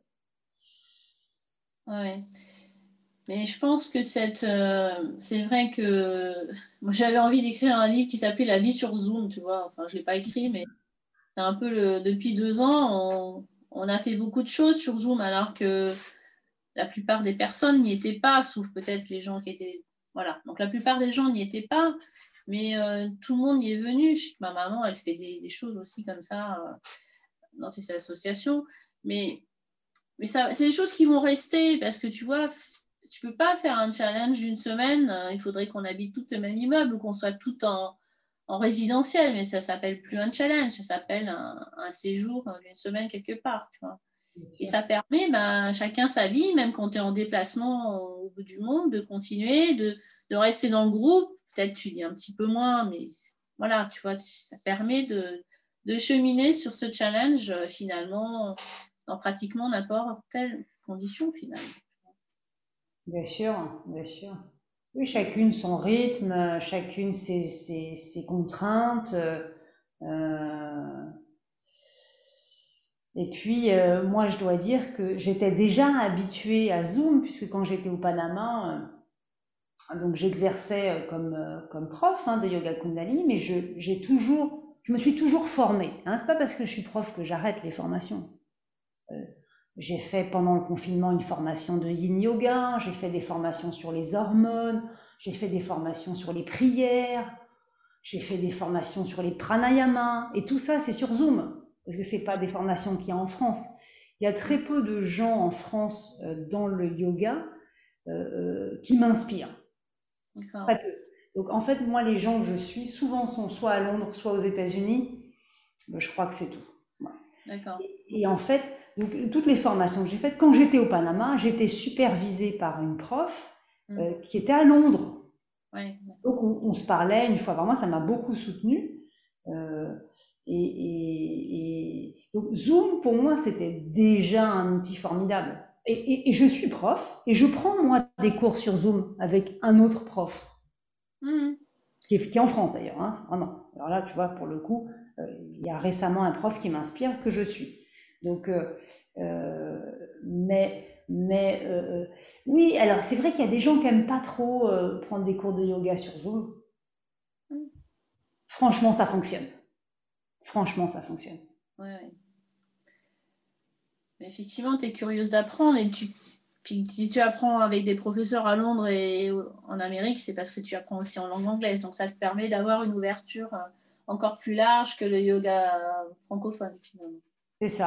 Ouais. Mais je pense que cette, euh, c'est vrai que moi j'avais envie d'écrire un livre qui s'appelait La vie sur Zoom, tu vois. Enfin, je l'ai pas écrit, mais c'est un peu le. Depuis deux ans, on, on a fait beaucoup de choses sur Zoom, alors que la plupart des personnes n'y étaient pas, sauf peut-être les gens qui étaient. Voilà. Donc la plupart des gens n'y étaient pas, mais euh, tout le monde y est venu. Je sais que ma maman, elle fait des, des choses aussi comme ça euh, dans ses associations. Mais, mais ça, c'est des choses qui vont rester parce que tu vois, tu peux pas faire un challenge d'une semaine. Euh, il faudrait qu'on habite tous le même immeuble ou qu'on soit tout en, en résidentiel, mais ça s'appelle plus un challenge, ça s'appelle un, un séjour d'une semaine quelque part. Tu vois. Et ça permet ben, chacun sa vie, même quand tu es en déplacement au bout du monde, de continuer, de, de rester dans le groupe. Peut-être tu dis un petit peu moins, mais voilà, tu vois, ça permet de, de cheminer sur ce challenge euh, finalement dans pratiquement n'importe quelle condition finalement. Bien sûr, bien sûr. Oui, chacune son rythme, chacune ses, ses, ses contraintes. Euh, Et puis, euh, moi, je dois dire que j'étais déjà habituée à Zoom, puisque quand j'étais au Panama, euh, donc j'exerçais euh, comme, euh, comme prof hein, de yoga Kundalini, mais je, j'ai toujours, je me suis toujours formée. Hein. C'est pas parce que je suis prof que j'arrête les formations. Euh, j'ai fait pendant le confinement une formation de yin yoga, j'ai fait des formations sur les hormones, j'ai fait des formations sur les prières, j'ai fait des formations sur les pranayamas, et tout ça, c'est sur Zoom, parce que c'est pas des formations qu'il y a en France. Il y a très peu de gens en France euh, dans le yoga euh, euh, qui m'inspirent. Très peu. Donc en fait, moi, les gens que je suis, souvent sont soit à Londres, soit aux États-Unis. Ben, je crois que c'est tout. Ouais. D'accord. Et, et en fait, donc, toutes les formations que j'ai faites, quand j'étais au Panama, j'étais supervisée par une prof euh, mmh. qui était à Londres. Ouais. Donc on, on, se parlait une fois par mois, ça m'a beaucoup soutenue. Euh, et, et, et donc Zoom, pour moi, c'était déjà un outil formidable. Et, et, et je suis prof, et je prends moi des cours sur Zoom avec un autre prof, mmh. qui, est, qui est en France d'ailleurs, hein, vraiment. Alors là, tu vois, pour le coup, euh, il y a récemment un prof qui m'inspire que je suis. Donc, euh, euh, mais mais euh, oui, alors c'est vrai qu'il y a des gens qui n'aiment pas trop euh, prendre des cours de yoga sur Zoom. Mmh. Franchement, ça fonctionne. Franchement, ça fonctionne. Ouais, ouais. Effectivement, tu es curieuse d'apprendre et tu... Puis si tu apprends avec des professeurs à Londres et en Amérique, c'est parce que tu apprends aussi en langue anglaise. Donc ça te permet d'avoir une ouverture encore plus large que le yoga francophone finalement. C'est ça.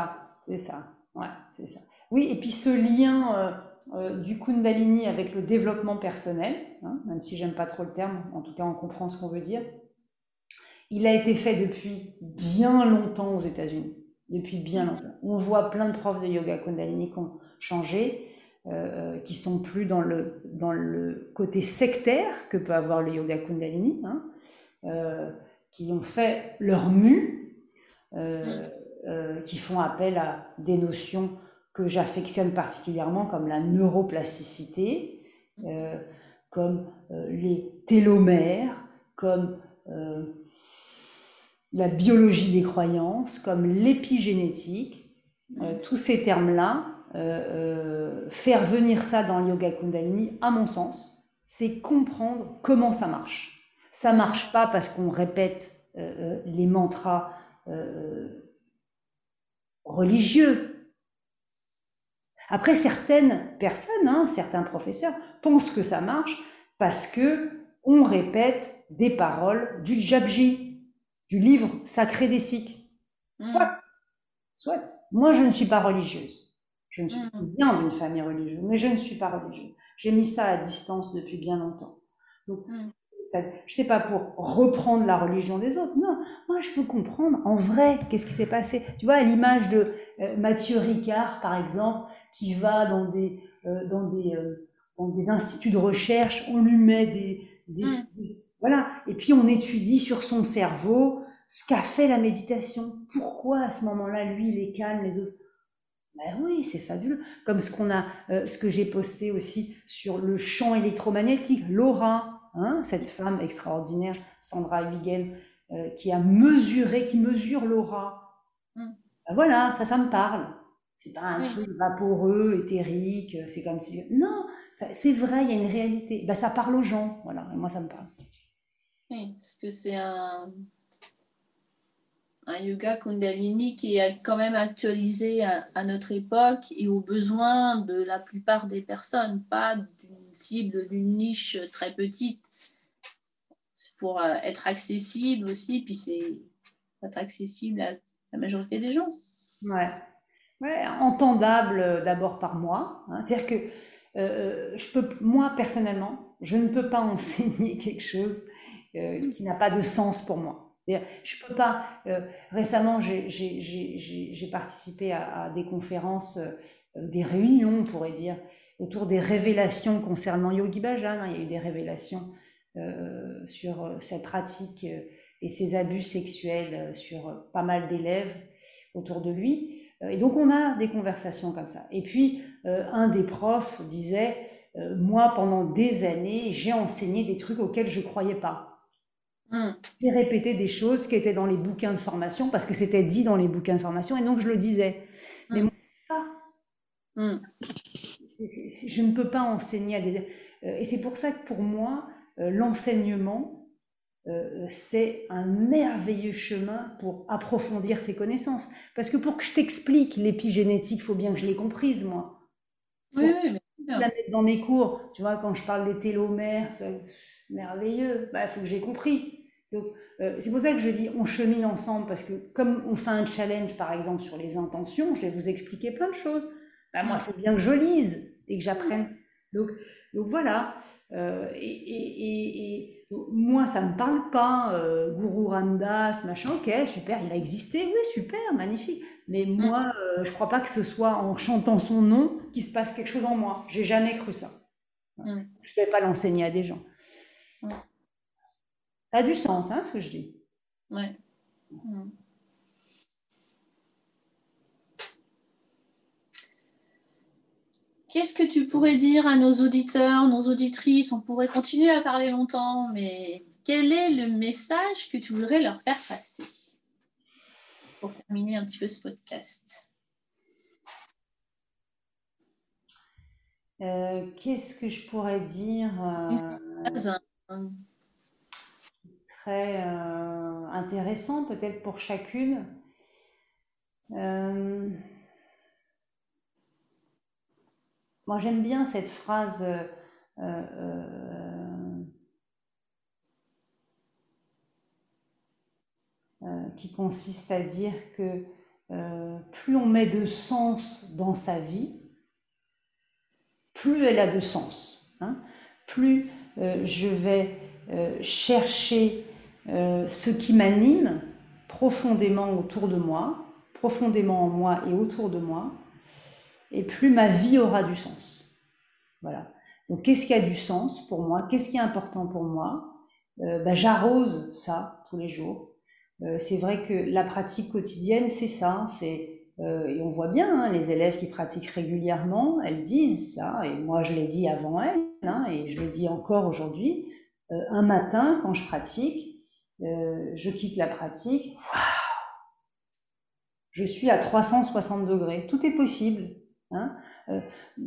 c'est ça. Ouais, c'est ça. Oui, et puis ce lien euh, euh, du Kundalini avec le développement personnel, hein, même si j'aime pas trop le terme, en tout cas on comprend ce qu'on veut dire, il a été fait depuis bien longtemps aux États-Unis. Depuis bien longtemps. On voit plein de profs de yoga Kundalini qui ont changé, euh, qui sont plus dans le, dans le côté sectaire que peut avoir le yoga Kundalini, hein, euh, qui ont fait leur mue, euh, euh, qui font appel à des notions que j'affectionne particulièrement, comme la neuroplasticité, euh, comme euh, les télomères, comme euh, la biologie des croyances, comme l'épigénétique, euh, tous ces termes-là, euh, euh, faire venir ça dans le yoga Kundalini, à mon sens, c'est comprendre comment ça marche. Ça marche pas parce qu'on répète euh, les mantras euh, religieux. Après, certaines personnes, hein, certains professeurs pensent que ça marche parce que on répète des paroles du Japji, du livre sacré des Sikhs. Soit, soit. Moi, je ne suis pas religieuse. Je ne suis pas bien d'une famille religieuse, mais je ne suis pas religieuse. J'ai mis ça à distance depuis bien longtemps. Donc, ça, je sais pas pour reprendre la religion des autres. Non, moi, je veux comprendre en vrai qu'est-ce qui s'est passé. Tu vois, à l'image de euh, Mathieu Ricard, par exemple, qui va dans des euh, dans des euh, dans des instituts de recherche, on lui met des, des, des voilà, et puis on étudie sur son cerveau ce qu'a fait la méditation. Pourquoi à ce moment-là, lui, il est calme, les autres. Ben oui, c'est fabuleux. Comme ce qu'on a, euh, ce que j'ai posté aussi sur le champ électromagnétique, Laura, hein, cette femme extraordinaire, Sandra Huygen, euh, qui a mesuré, qui mesure l'aura. Ben voilà, ça, ça me parle. C'est pas un truc vaporeux, éthérique, c'est comme si... Non, c'est vrai, il y a une réalité. Ben, ça parle aux gens, voilà, et moi, ça me parle. Oui, parce que c'est un... un yoga Kundalini qui est quand même actualisé à, à notre époque et aux besoins de la plupart des personnes, pas d'une cible, d'une niche très petite. C'est pour euh, être accessible aussi, puis c'est être accessible à la majorité des gens. Ouais, ouais, entendable d'abord par moi. Hein. C'est-à-dire que euh, je peux, moi personnellement, je ne peux pas enseigner quelque chose euh, qui n'a pas de sens pour moi. C'est-à-dire, je peux pas. Euh, récemment, j'ai participé à, à des conférences, euh, des réunions, on pourrait dire, autour des révélations concernant Yogi Bhajan. Hein. Il y a eu des révélations euh, sur cette pratique euh, et ses abus sexuels sur pas mal d'élèves autour de lui. Et donc on a des conversations comme ça. Et puis euh, un des profs disait euh, moi pendant des années j'ai enseigné des trucs auxquels je croyais pas. Mm. J'ai répété des choses qui étaient dans les bouquins de formation parce que c'était dit dans les bouquins de formation et donc je le disais. Mm. Mais moi pas. Mm. Je ne peux pas enseigner à des... Et c'est pour ça que pour moi euh, l'enseignement Euh, c'est un merveilleux chemin pour approfondir ses connaissances. Parce que pour que je t'explique l'épigénétique, il faut bien que je l'ai comprise, moi. Pour oui, oui, mais... la mettre dans mes cours, tu vois, quand je parle des télomères, c'est merveilleux, il bah, faut que j'ai compris. Donc, euh, c'est pour ça que je dis, on chemine ensemble, parce que comme on fait un challenge, par exemple, sur les intentions, je vais vous expliquer plein de choses. Bah, moi, il faut bien que je lise et que j'apprenne. Donc, donc voilà. Euh, et, et, et, et moi, ça me parle pas. Euh, Guru Ramdas, machin, ok, super, il a existé, oui, super, magnifique. Mais moi, euh, je crois pas que ce soit en chantant son nom qu'il se passe quelque chose en moi. J'ai jamais cru ça. Mm. Je vais pas l'enseigner à des gens. Mm. Ça a du sens, hein, ce que je dis. Ouais. Mm. Qu'est-ce que tu pourrais dire à nos auditeurs, nos auditrices? On pourrait continuer à parler longtemps, mais quel est le message que tu voudrais leur faire passer pour terminer un petit peu ce podcast? Euh, Qu'est-ce que je pourrais dire euh, qui serait euh, intéressant peut-être pour chacune? euh, Moi, j'aime bien cette phrase euh, euh, euh, qui consiste à dire que euh, plus on met de sens dans sa vie, plus elle a de sens. Hein. Plus euh, je vais euh, chercher euh, ce qui m'anime profondément autour de moi, profondément en moi et autour de moi, et plus ma vie aura du sens. Voilà. Donc, qu'est-ce qui a du sens pour moi? Qu'est-ce qui est important pour moi? euh, ben, J'arrose ça tous les jours. Euh, c'est vrai que la pratique quotidienne, c'est ça. C'est, euh, et on voit bien, hein, les élèves qui pratiquent régulièrement, elles disent ça, et moi je l'ai dit avant elles, hein, et je le dis encore aujourd'hui. Euh, un matin, quand je pratique, euh, je quitte la pratique, waouh, je suis à trois cent soixante degrés. Tout est possible. Hein. Euh,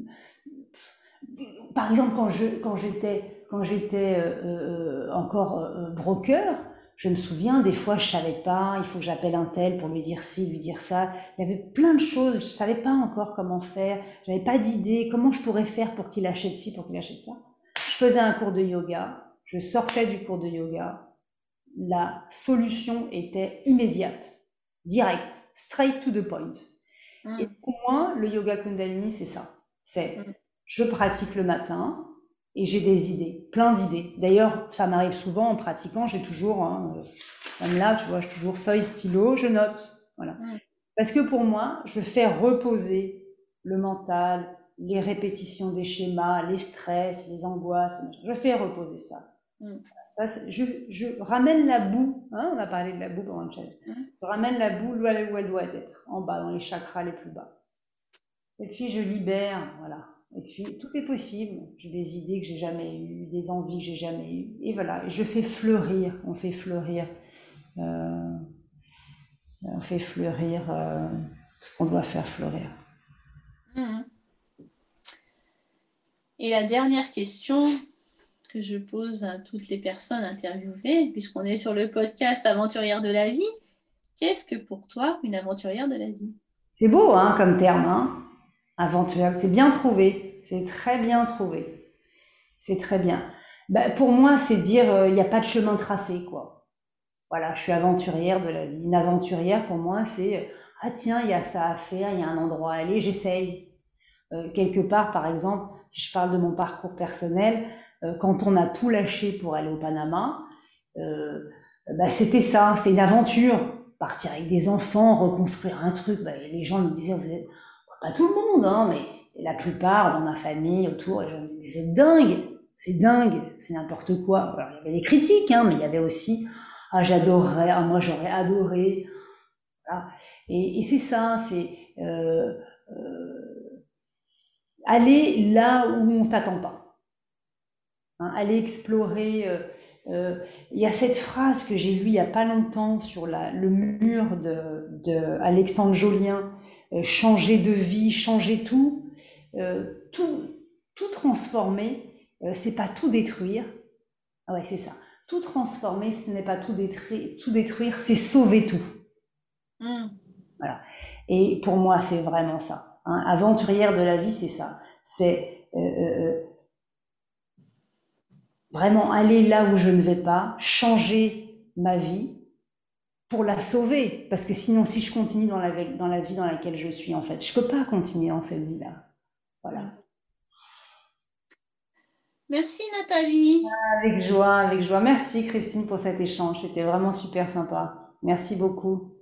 Par exemple, quand je quand j'étais quand j'étais euh, encore euh, broker, je me souviens des fois je savais pas, il faut que j'appelle un tel pour lui dire ci, lui dire ça. Il y avait plein de choses, je savais pas encore comment faire, j'avais pas d'idée, comment je pourrais faire pour qu'il achète ci, pour qu'il achète ça. Je faisais un cours de yoga, je sortais du cours de yoga, la solution était immédiate, directe, straight to the point. Mmh. Et pour moi, le yoga Kundalini, c'est ça. C'est mmh. je pratique le matin et j'ai des idées, plein d'idées. D'ailleurs, ça m'arrive souvent en pratiquant, j'ai toujours, hein, même là, tu vois, j'ai toujours feuille, stylo, je note. Voilà. Mmh. Parce que pour moi, je fais reposer le mental, les répétitions des schémas, les stress, les angoisses. Je fais reposer ça. Mmh. Ça, je, je ramène la boue, hein, on a parlé de la boue pendant le challenge. Mmh. Je ramène la boue où elle, où elle doit être, en bas, dans les chakras les plus bas. Et puis je libère, voilà. Et puis tout est possible. J'ai des idées que j'ai jamais eues, des envies que j'ai jamais eues. Et voilà, je fais fleurir, on fait fleurir, euh, on fait fleurir euh, ce qu'on doit faire fleurir. Mmh. Et la dernière question que je pose à toutes les personnes interviewées, puisqu'on est sur le podcast Aventurière de la vie, qu'est-ce que pour toi une aventurière de la vie? C'est beau, hein, comme terme, hein, aventurière. C'est bien trouvé, c'est très bien trouvé. C'est très bien. Ben, pour moi, c'est dire, il euh, n'y a pas de chemin tracé, quoi. Voilà, je suis aventurière de la vie. Une aventurière, pour moi, c'est, ah tiens, il y a ça à faire, il y a un endroit à aller, j'essaye. Euh, quelque part, par exemple, si je parle de mon parcours personnel, euh, quand on a tout lâché pour aller au Panama, euh, bah, c'était ça, c'est une aventure. Partir avec des enfants, reconstruire un truc. Bah, les gens me disaient, vous êtes, pas tout le monde, hein, mais la plupart dans ma famille, autour, les gens me disaient, c'est dingue, c'est dingue, c'est n'importe quoi. Alors, il y avait les critiques, hein, mais il y avait aussi, ah, j'adorerais, ah, moi j'aurais adoré. Voilà. Et, et c'est ça, c'est euh, euh, aller là où on t'attend pas. Hein, aller explorer. Euh, euh, il y a cette phrase que j'ai lue il y a pas longtemps sur la, le mur de, de Alexandre Jolien, euh, changer de vie, changer tout, euh, tout, tout transformer, euh, c'est pas tout détruire. Ah ouais, c'est ça. Tout transformer, ce n'est pas tout détruire, tout détruire, c'est sauver tout. Mmh. Voilà. Et pour moi, c'est vraiment ça. Hein. Aventurière de la vie, c'est ça. C'est euh, euh, vraiment aller là où je ne vais pas, changer ma vie pour la sauver. Parce que sinon, si je continue dans la, dans la vie dans laquelle je suis, en fait, je peux pas continuer dans cette vie-là. Voilà. Merci Nathalie. Avec joie, avec joie. Merci Christine pour cet échange. C'était vraiment super sympa. Merci beaucoup.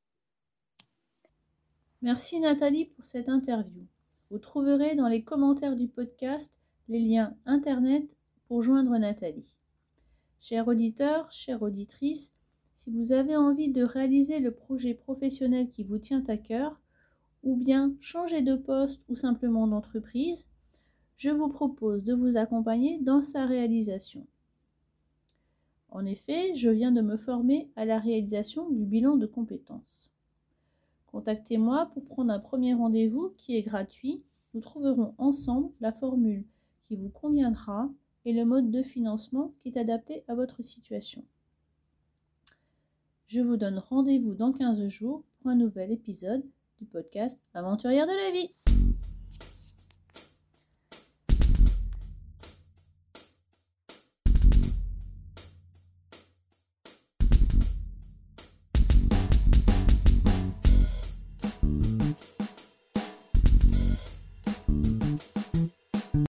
Merci Nathalie pour cette interview. Vous trouverez dans les commentaires du podcast les liens internet pour joindre Nathalie. Chers auditeurs, chères auditrices, si vous avez envie de réaliser le projet professionnel qui vous tient à cœur, ou bien changer de poste ou simplement d'entreprise, je vous propose de vous accompagner dans sa réalisation. En effet, je viens de me former à la réalisation du bilan de compétences. Contactez-moi pour prendre un premier rendez-vous qui est gratuit. Nous trouverons ensemble la formule qui vous conviendra et le mode de financement qui est adapté à votre situation. Je vous donne rendez-vous dans quinze jours pour un nouvel épisode du podcast Aventurière de la vie.